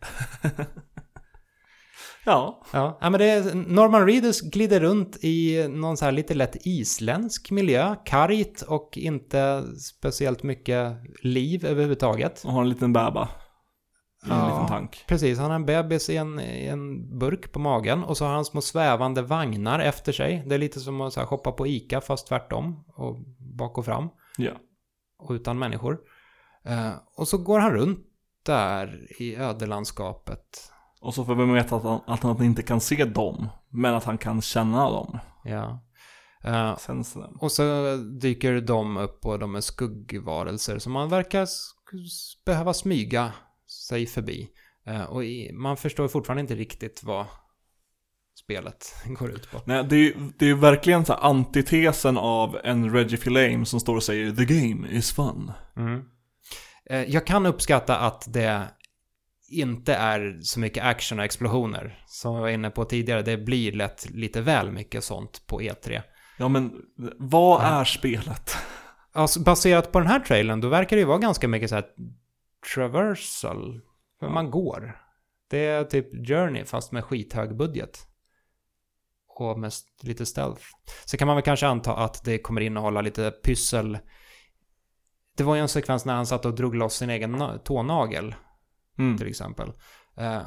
Ja. Ja, ja men det är, Norman Reedus glider runt i någon så här lite lätt isländsk miljö, kargt och inte speciellt mycket liv överhuvudtaget. Och har en liten bäba i en Ja. liten tank. Precis, han har en bebis i en, i en burk på magen, och så har han små svävande vagnar efter sig. Det är lite som att så här, hoppa på Ica fast tvärtom och bak och fram Ja. och utan människor. Eh, och så går han runt där i ödelandskapet. Och så får vi veta att han, att han inte kan se dem, men att han kan känna dem. Ja. Eh, Sen så. Och så dyker de upp och de är skuggvarelser som man verkar s- behöva smyga sig förbi. Eh, och i, man förstår fortfarande inte riktigt vad spelet går ut på. Nej, det är ju det är ju verkligen så här antitesen av en Reggie Fils-Aime som står och säger "The game is fun". Mm. Eh, jag kan uppskatta att det inte är så mycket action och explosioner. Som jag var inne på tidigare, det blir lätt lite väl mycket sånt på E tre. Ja, men vad ja. är spelet? Alltså, baserat på den här trailern, då verkar det ju vara ganska mycket så här traversal. För ja. man går. Det är typ Journey fast med skithög budget. Och mest lite stealth. Så kan man väl kanske anta att det kommer innehålla lite pyssel. Det var ju en sekvens när han satt och drog loss sin egen na- tånagel. Mm. Till exempel. Uh,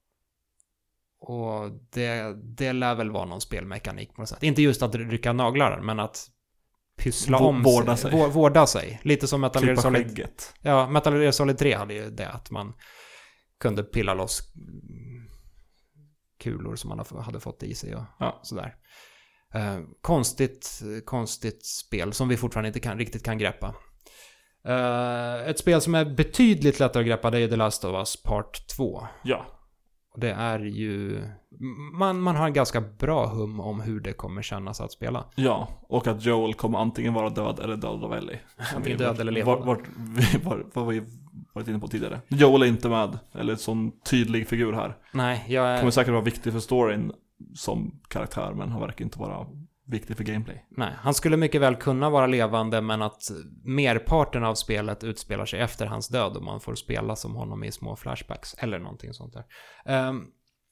och det, det lär väl vara någon spelmekanik på något sätt. Inte just att rycka naglar, men att pyssla v- om vårda sig. sig. Vår, vårda sig. Lite som Metal Gear Solid. Skägget. Ja, Metal Gear Solid tre hade ju det att man kunde pilla loss kulor som man hade fått i sig och ja. sådär. Uh, konstigt, konstigt spel som vi fortfarande inte kan, riktigt kan greppa. Uh, ett spel som är betydligt lättare att greppa, det är The Last of Us Part två. Ja. Och det är ju... Man, man har en ganska bra hum om hur det kommer kännas att spela. Ja, och att Joel kommer antingen vara död eller död av Ellie. Antingen död eller levande. Vad var, var, var vi varit inne på tidigare. Joel är inte med, eller en sån tydlig figur här. Nej, jag är... Kommer säkert vara viktig för storyn som karaktär, men han verkar inte vara viktig för gameplay. Nej, han skulle mycket väl kunna vara levande, men att merparten av spelet utspelar sig efter hans död och man får spela som honom i små flashbacks eller någonting sånt där. Um,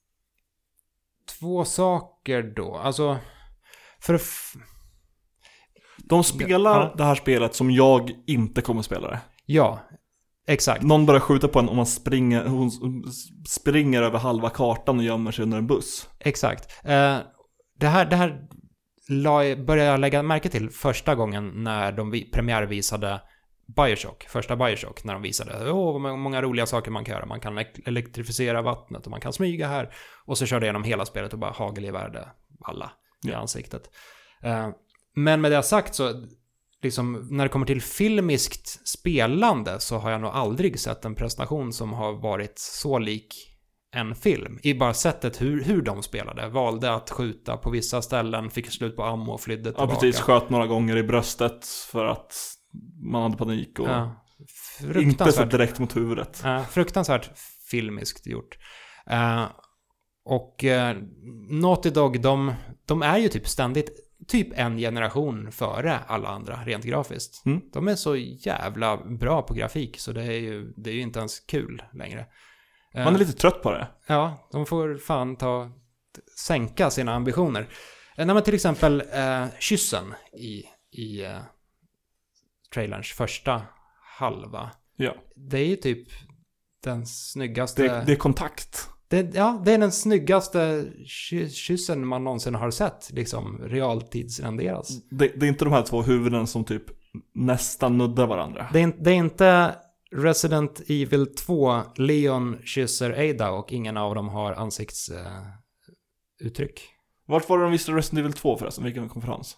två saker då, alltså för f- de spelar ja. det här spelet som jag inte kommer spela det. Ja, exakt. Någon börjar skjuta på en och man springer, hon springer över halva kartan och gömmer sig under en buss. Exakt. Uh, det här, det här började jag lägga märke till första gången när de vi, premiärvisade Bioshock, första Bioshock, när de visade åh, oh, många roliga saker man kan göra. Man kan elektrifiera vattnet och man kan smyga här. Och så körde jag igenom hela spelet och bara hagelgevärde alla i ja. ansiktet. Uh, men med det sagt så, liksom, när det kommer till filmiskt spelande så har jag nog aldrig sett en prestation som har varit så lik en film. I bara sättet hur, hur de spelade. Valde att skjuta på vissa ställen, fick slut på ammo och flydde tillbaka. Ja, precis. Sköt några gånger i bröstet för att man hade panik och ja. inte så direkt mot huvudet. Ja, fruktansvärt filmiskt gjort. Uh, och uh, Naughty Dog, de, de är ju typ ständigt typ en generation före alla andra rent grafiskt. Mm. De är så jävla bra på grafik så det är ju, det är ju inte ens kul längre. Man är lite trött på det. Ja, de får fan ta sänka sina ambitioner. När man till exempel eh, kyssen i, i eh, trailerns första halva. Ja. Det är ju typ den snyggaste... Det, det är kontakt. Det, ja, det är den snyggaste ky- kyssen man någonsin har sett. Liksom realtidsrenderas. Det, det är inte de här två huvuden som typ nästan nuddar varandra. Det är, det är inte... Resident Evil två, Leon kysser Ada och ingen av dem har ansiktsuttryck. Uh, Vart var det de visste Resident Evil två förresten? Vilken konferens?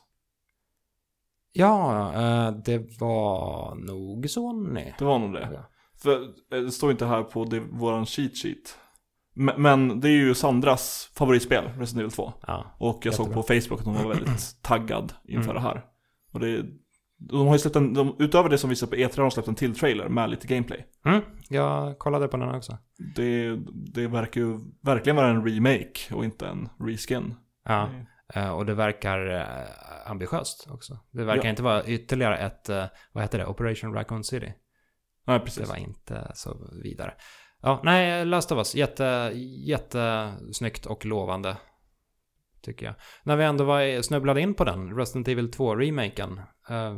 Ja, uh, det var nog Sony. Det var nog det. Ja. För det står inte här på det, våran cheat sheet. Men, men det är ju Sandras favoritspel, Resident Evil två. Ja, och jag jättebra. såg på Facebook att hon var väldigt taggad inför mm. det här. Och det är... De har ju släppt en, de, utöver det som visar på E tre har de släppt en till trailer med lite gameplay. Mm, jag kollade på den också. Det, det verkar ju verkligen vara en remake och inte en reskin. Ja, det... och det verkar ambitiöst också. Det verkar ja. inte vara ytterligare ett, vad heter det, Operation Raccoon City. Nej, precis. Det var inte så vidare. Ja, nej, Last of Us, jätte, jättesnyggt och lovande. Tycker jag. När vi ändå var snubblade in på den, Resident Evil två-remaken. Uh,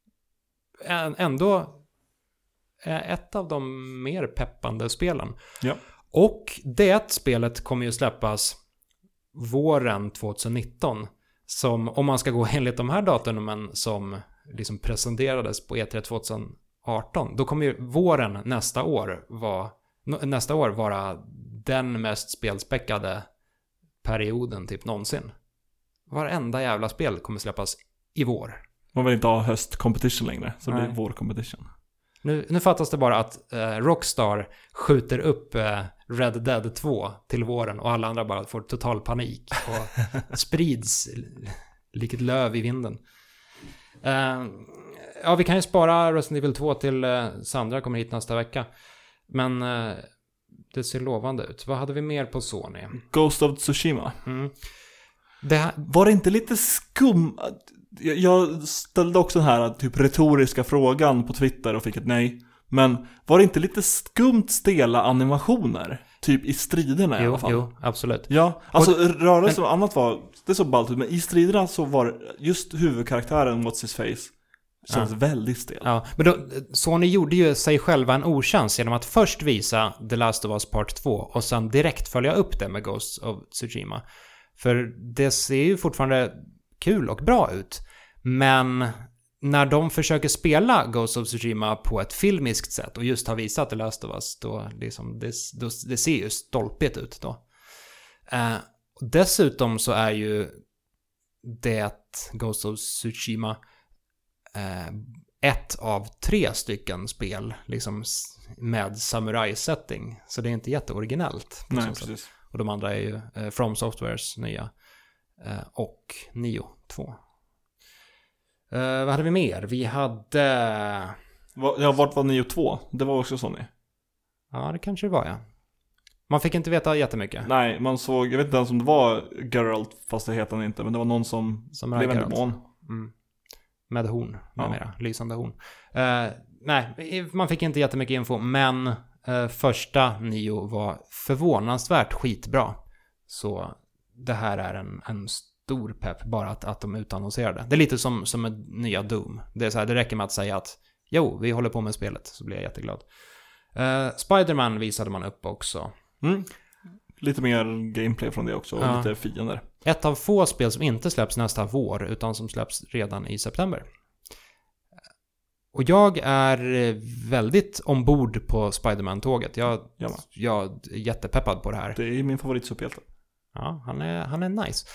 ändå är ett av de mer peppande spelen. Ja. Och det spelet kommer ju släppas våren tjugonitton. Som, om man ska gå enligt de här datumen som liksom presenterades på E tre tjugoarton. Då kommer ju våren nästa år vara, nästa år vara den mest spelspäckade perioden typ någonsin. Varenda jävla spel kommer släppas i vår. Man vill inte ha höst competition längre, så det Nej. blir vår competition. Nu, nu fattas det bara att eh, Rockstar skjuter upp eh, Red Dead två till våren och alla andra bara får total panik och sprids likt löv i vinden. Eh, ja, vi kan ju spara Resident Evil två till eh, Sandra kommer hit nästa vecka. Men eh, det ser lovande ut. Vad hade vi mer på Sony? Ghost of Tsushima. Mm. Det här... Var det inte lite skum? Jag ställde också den här typ retoriska frågan på Twitter och fick ett nej. Men var det inte lite skumt stela animationer? Typ i striderna i jo, alla fall. Jo, absolut. Ja, alltså och, rörelsen och annat var, det så ballt ut. Men i striderna så var just huvudkaraktären What's His Face känns ja. väldigt stel. Ja, men då, Sony gjorde ju sig själva en otjänst genom att först visa The Last of Us Part två och sen direkt följa upp det med Ghost of Tsushima. För det ser ju fortfarande kul och bra ut. Men när de försöker spela Ghost of Tsushima på ett filmiskt sätt och just har visat The Last of Us, då, liksom, det, då det ser ju stolpigt ut då. Eh, dessutom så är ju det Ghost of Tsushima eh, ett av tre stycken spel liksom med samurai-setting. Så det är inte jätteoriginellt. Nej, precis. Och de andra är ju eh, From Softwares nya eh, och Nio två. Uh, vad hade vi mer? Vi hade... Ja, vart var Nio två? Det var också Sony. Ja, det kanske det var, ja. Man fick inte veta jättemycket. Nej, man såg... Jag vet inte ens om det var Geralt, fast det heter han inte. Men det var någon som, som blev en demon. Mm. Med horn, med ja. mera. Lysande horn. Uh, nej, man fick inte jättemycket info. Men uh, första Nio var förvånansvärt skitbra. Så det här är en... en stor pepp bara att, att de utannonserade. Det är lite som, som en nya Doom. Det är så här, det räcker med att säga att jo, vi håller på med spelet, så blir jag jätteglad. Uh, Spider-Man visade man upp också. Mm. Lite mer gameplay från det också och ja. lite fiender. Ett av få spel som inte släpps nästa vår utan som släpps redan i september. Och jag är väldigt ombord på Spider-Man-tåget. Jag, ja, jag är jättepeppad på det här. Det är min favoritsuperhjälte. Ja, han är, han är nice.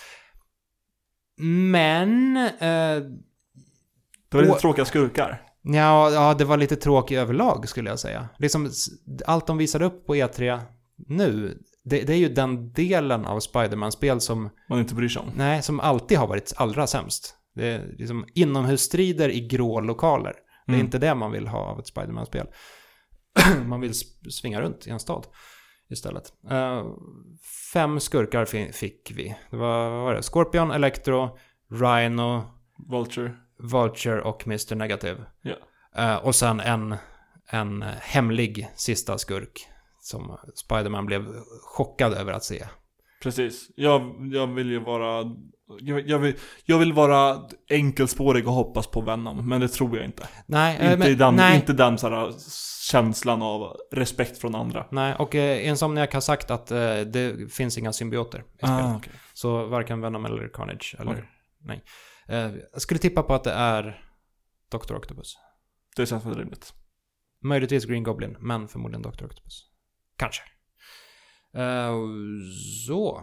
Men... Eh, det var lite och, tråkiga skurkar. Ja, ja, det var lite tråkigt överlag skulle jag säga. Liksom, allt de visade upp på E tre nu, det, det är ju den delen av Spider-Man-spel som... man inte bryr sig om. Nej, som alltid har varit allra sämst. Det är liksom inomhusstrider i grå lokaler. Det är mm. inte det man vill ha av ett Spider-Man-spel. Man vill svinga runt i en stad istället. Uh, fem skurkar f- fick vi. Det var, vad var det? Scorpion, Electro, Rhino, Vulture, Vulture och mister Negative. Yeah. Uh, och sen en, en hemlig sista skurk som Spider-Man blev chockad över att se. Precis. Jag, jag vill ju vara... Jag, jag, vill, jag vill vara enkelspårig och hoppas på Venom, men det tror jag inte. Nej, inte, men, den, nej. inte den så här känslan av respekt från andra. Nej, och eh, Insomniac har sagt att eh, det finns inga symbioter i spelet. Ah, okay. Så varken Venom eller Carnage eller okay. nej. Eh, jag skulle tippa på att det är doktor Octopus. Det känns väl rimligt. Möjligtvis Green Goblin, men förmodligen doktor Octopus. Kanske. Uh, så.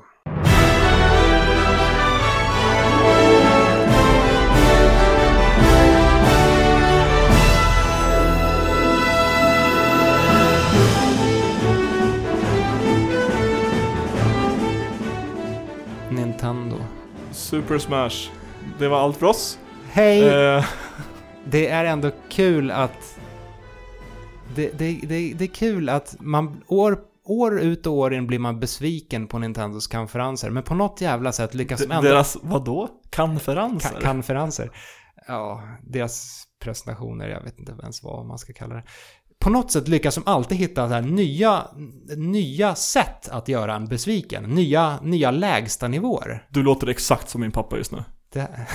Nintendo. Super Smash. Det var allt för oss. Hej! Uh. Det är ändå kul att det, det, det, det är kul att man år, år ut och år in blir man besviken på Nintendos konferenser, men på något jävla sätt lyckas de ändå... Deras, vadå? Konferenser? Ka- konferenser. Ja, deras presentationer, jag vet inte ens vad man ska kalla det. På något sätt lyckas de alltid hitta så här nya, nya sätt att göra en besviken. Nya, nya lägsta nivåer. Du låter exakt som min pappa just nu. Det...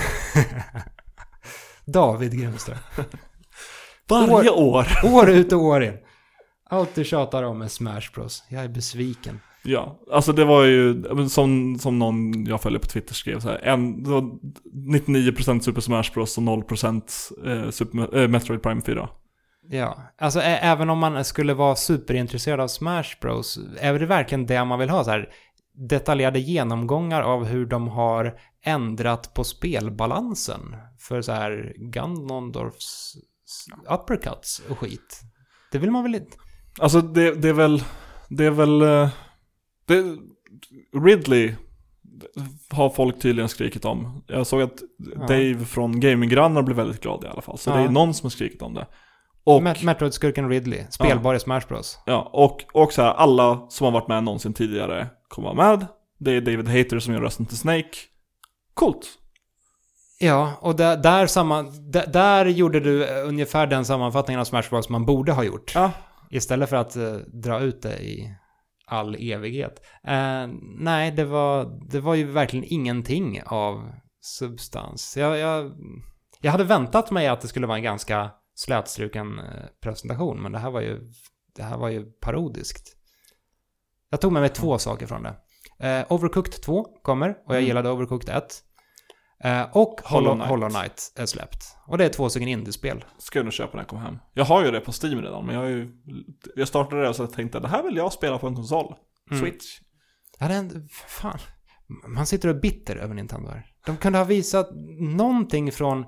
David Grundström. Varje år. År ut och år in. Allt du tjatar om är Smash Bros. Jag är besviken. Ja, alltså det var ju som, som någon jag följer på Twitter skrev så här, en, det var nittionio procent Super Smash Bros och noll procent eh, Super, eh, Metroid Prime fyra. Ja, alltså ä- även om man skulle vara superintresserad av Smash Bros, är det verkligen det man vill ha, så här detaljerade genomgångar av hur de har ändrat på spelbalansen för så här Ganondorfs uppercuts och skit. Det vill man väl inte. Alltså det, det är väl det är väl det, Ridley har folk tydligen skrikit om. Jag såg att ja. Dave från Gaminggrannar blev väldigt glad i alla fall. Så ja. Det är någon som har skrikit om det. Och, Met- Metroid-skurken Ridley, spelbar Ja. i Smash Bros. ja, och, och så här, alla som har varit med någonsin tidigare kommer vara med. Det är David Hayter som gör rösten till Snake. Coolt. Ja, och där, där, samma, där, där gjorde du ungefär den sammanfattningen av Smash Bros man borde ha gjort. Ja. Istället för att uh, dra ut det i all evighet. Uh, nej, det var, det var ju verkligen ingenting av substans. Jag, jag, jag hade väntat mig att det skulle vara en ganska slätstruken uh, presentation, men det här var ju, det här var ju parodiskt. Jag tog med mig två saker från det. Uh, Overcooked två kommer, och jag Mm. gillade Overcooked ett. Uh, och Hollow Hollow, Knight. Hollow Knight är släppt. Och det är två stycken indiespel. Ska jag nog köpa när jag kommer hem. Jag har ju det på Steam redan, men jag har ju... Jag startade det och så tänkte jag, det här vill jag spela på en konsol. Mm. Switch. Ja, det är en, fan. Man sitter och är bitter över Nintendo här. De kunde ha visat någonting från...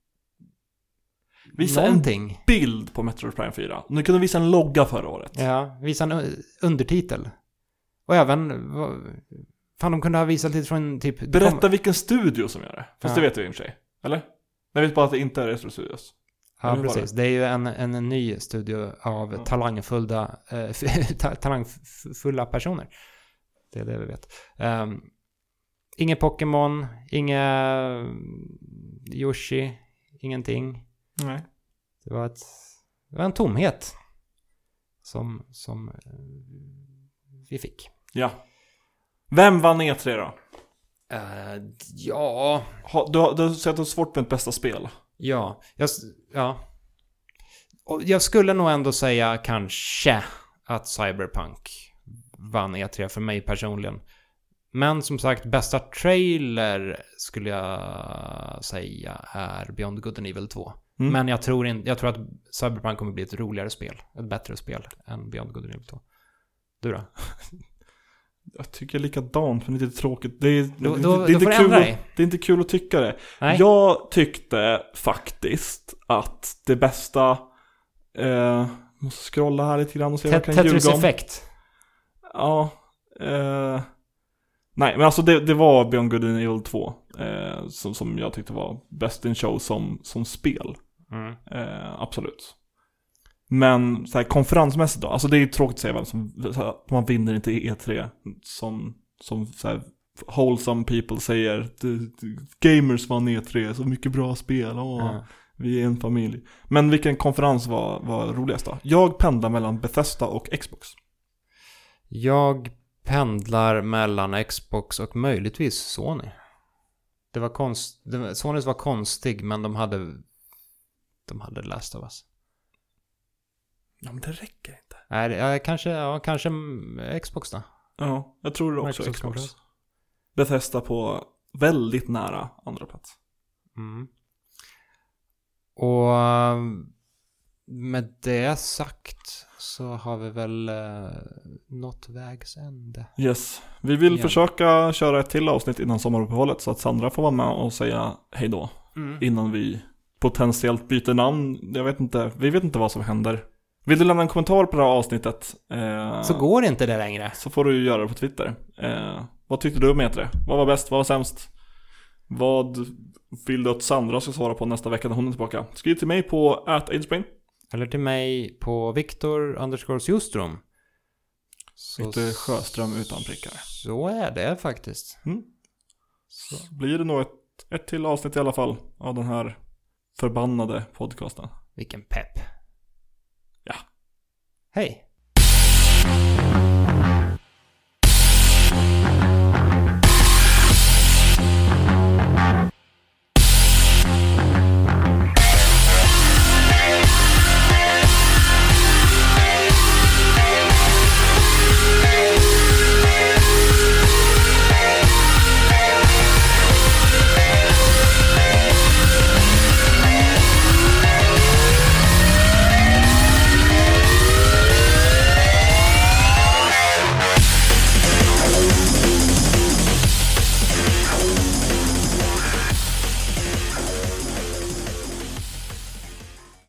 Visa någonting. en bild på Metroid Prime fyra. Nu kunde visa en logga förra året. Ja, visa en u- undertitel. Och även... vad- Fan, de kunde ha visat lite från typ... det Berätta kom- vilken studio som gör det. Fast Ja. det vet jag i och för sig. Eller? Jag vet bara att det inte är Retro Studios. Ja, Eller hur var precis. Det är ju en, en, en ny studio av Ja. talangfulla, eh, ta- talangfulla personer. Det är det vi vet. Um, inget Pokémon, inga Yoshi, ingenting. Nej. Det var, ett, det var en tomhet som, som eh, vi fick. Ja. Vem vann E tre då? Uh, ja, Ha, du, har- du har sett att det är svårt med ett bästa spel. ja, jag, s- ja. Och jag skulle nog ändå säga kanske att Cyberpunk vann E tre för mig personligen. Men som sagt, bästa trailer skulle jag säga är Beyond Good and Evil två. Mm. Men jag tror, in, jag tror att Cyberpunk kommer bli ett roligare spel. Ett bättre spel än Beyond Good and Evil två. Du då? Jag tycker likadant, men det är lite tråkigt. Det är, Då, det, då, det, är då får inte du kul ändra att, dig. det är inte kul att tycka det. Nej. Jag tyckte faktiskt att det bästa... Eh, måste scrolla här lite grann och se vad jag kan Tetris ljuga om. Effect. Ja. Eh, nej, men alltså det, det var Beyond Good and Evil två. Eh, som, som jag tyckte var best in show som, som spel. Mm. Eh, absolut. Men så här, konferensmässigt då. Alltså det är ju tråkigt att säga väl, som, så här, man vinner inte E tre. Som, som så här, wholesome people säger. "D- d- Gamers vann E tre, så mycket bra spel. Åh, Ja. vi är en familj." Men vilken konferens var, var roligast då? Jag pendlar mellan Bethesda och Xbox. Jag pendlar mellan Xbox och möjligtvis Sony. Det var konst... det var, Sonys var konstig, men de hade... De hade Last of Us. Ja, men det räcker inte. Nej, det- ja, kanske, ja, kanske mm, Xbox då. Ja, jag tror det också Microsoft Xbox. konferens. Bethesda på väldigt nära andra plats. Mm. Och um, med det sagt så har vi väl uh, nått vägs ände. Yes. Vi vill Ja. försöka köra ett till avsnitt innan sommaruppehållet så att Sandra får vara med och säga hej då Mm. innan vi potentiellt byter namn. Jag vet inte, vi vet inte vad som händer. Vill du lämna en kommentar på det här avsnittet eh, Så går inte det längre. så får du göra det på Twitter. Eh, vad tyckte du om E tre? Vad var bäst? Vad var sämst? Vad vill du att Sandra ska svara på nästa vecka när hon är tillbaka? Skriv till mig på at aidsbrain. Eller till mig på Viktor underscore Sjostrom. Så, Lite Sjöström utan prickar. så är det faktiskt. Mm. Så blir det nog ett, ett till avsnitt i alla fall av den här förbannade podcasten. Vilken pepp. Ja. Hej.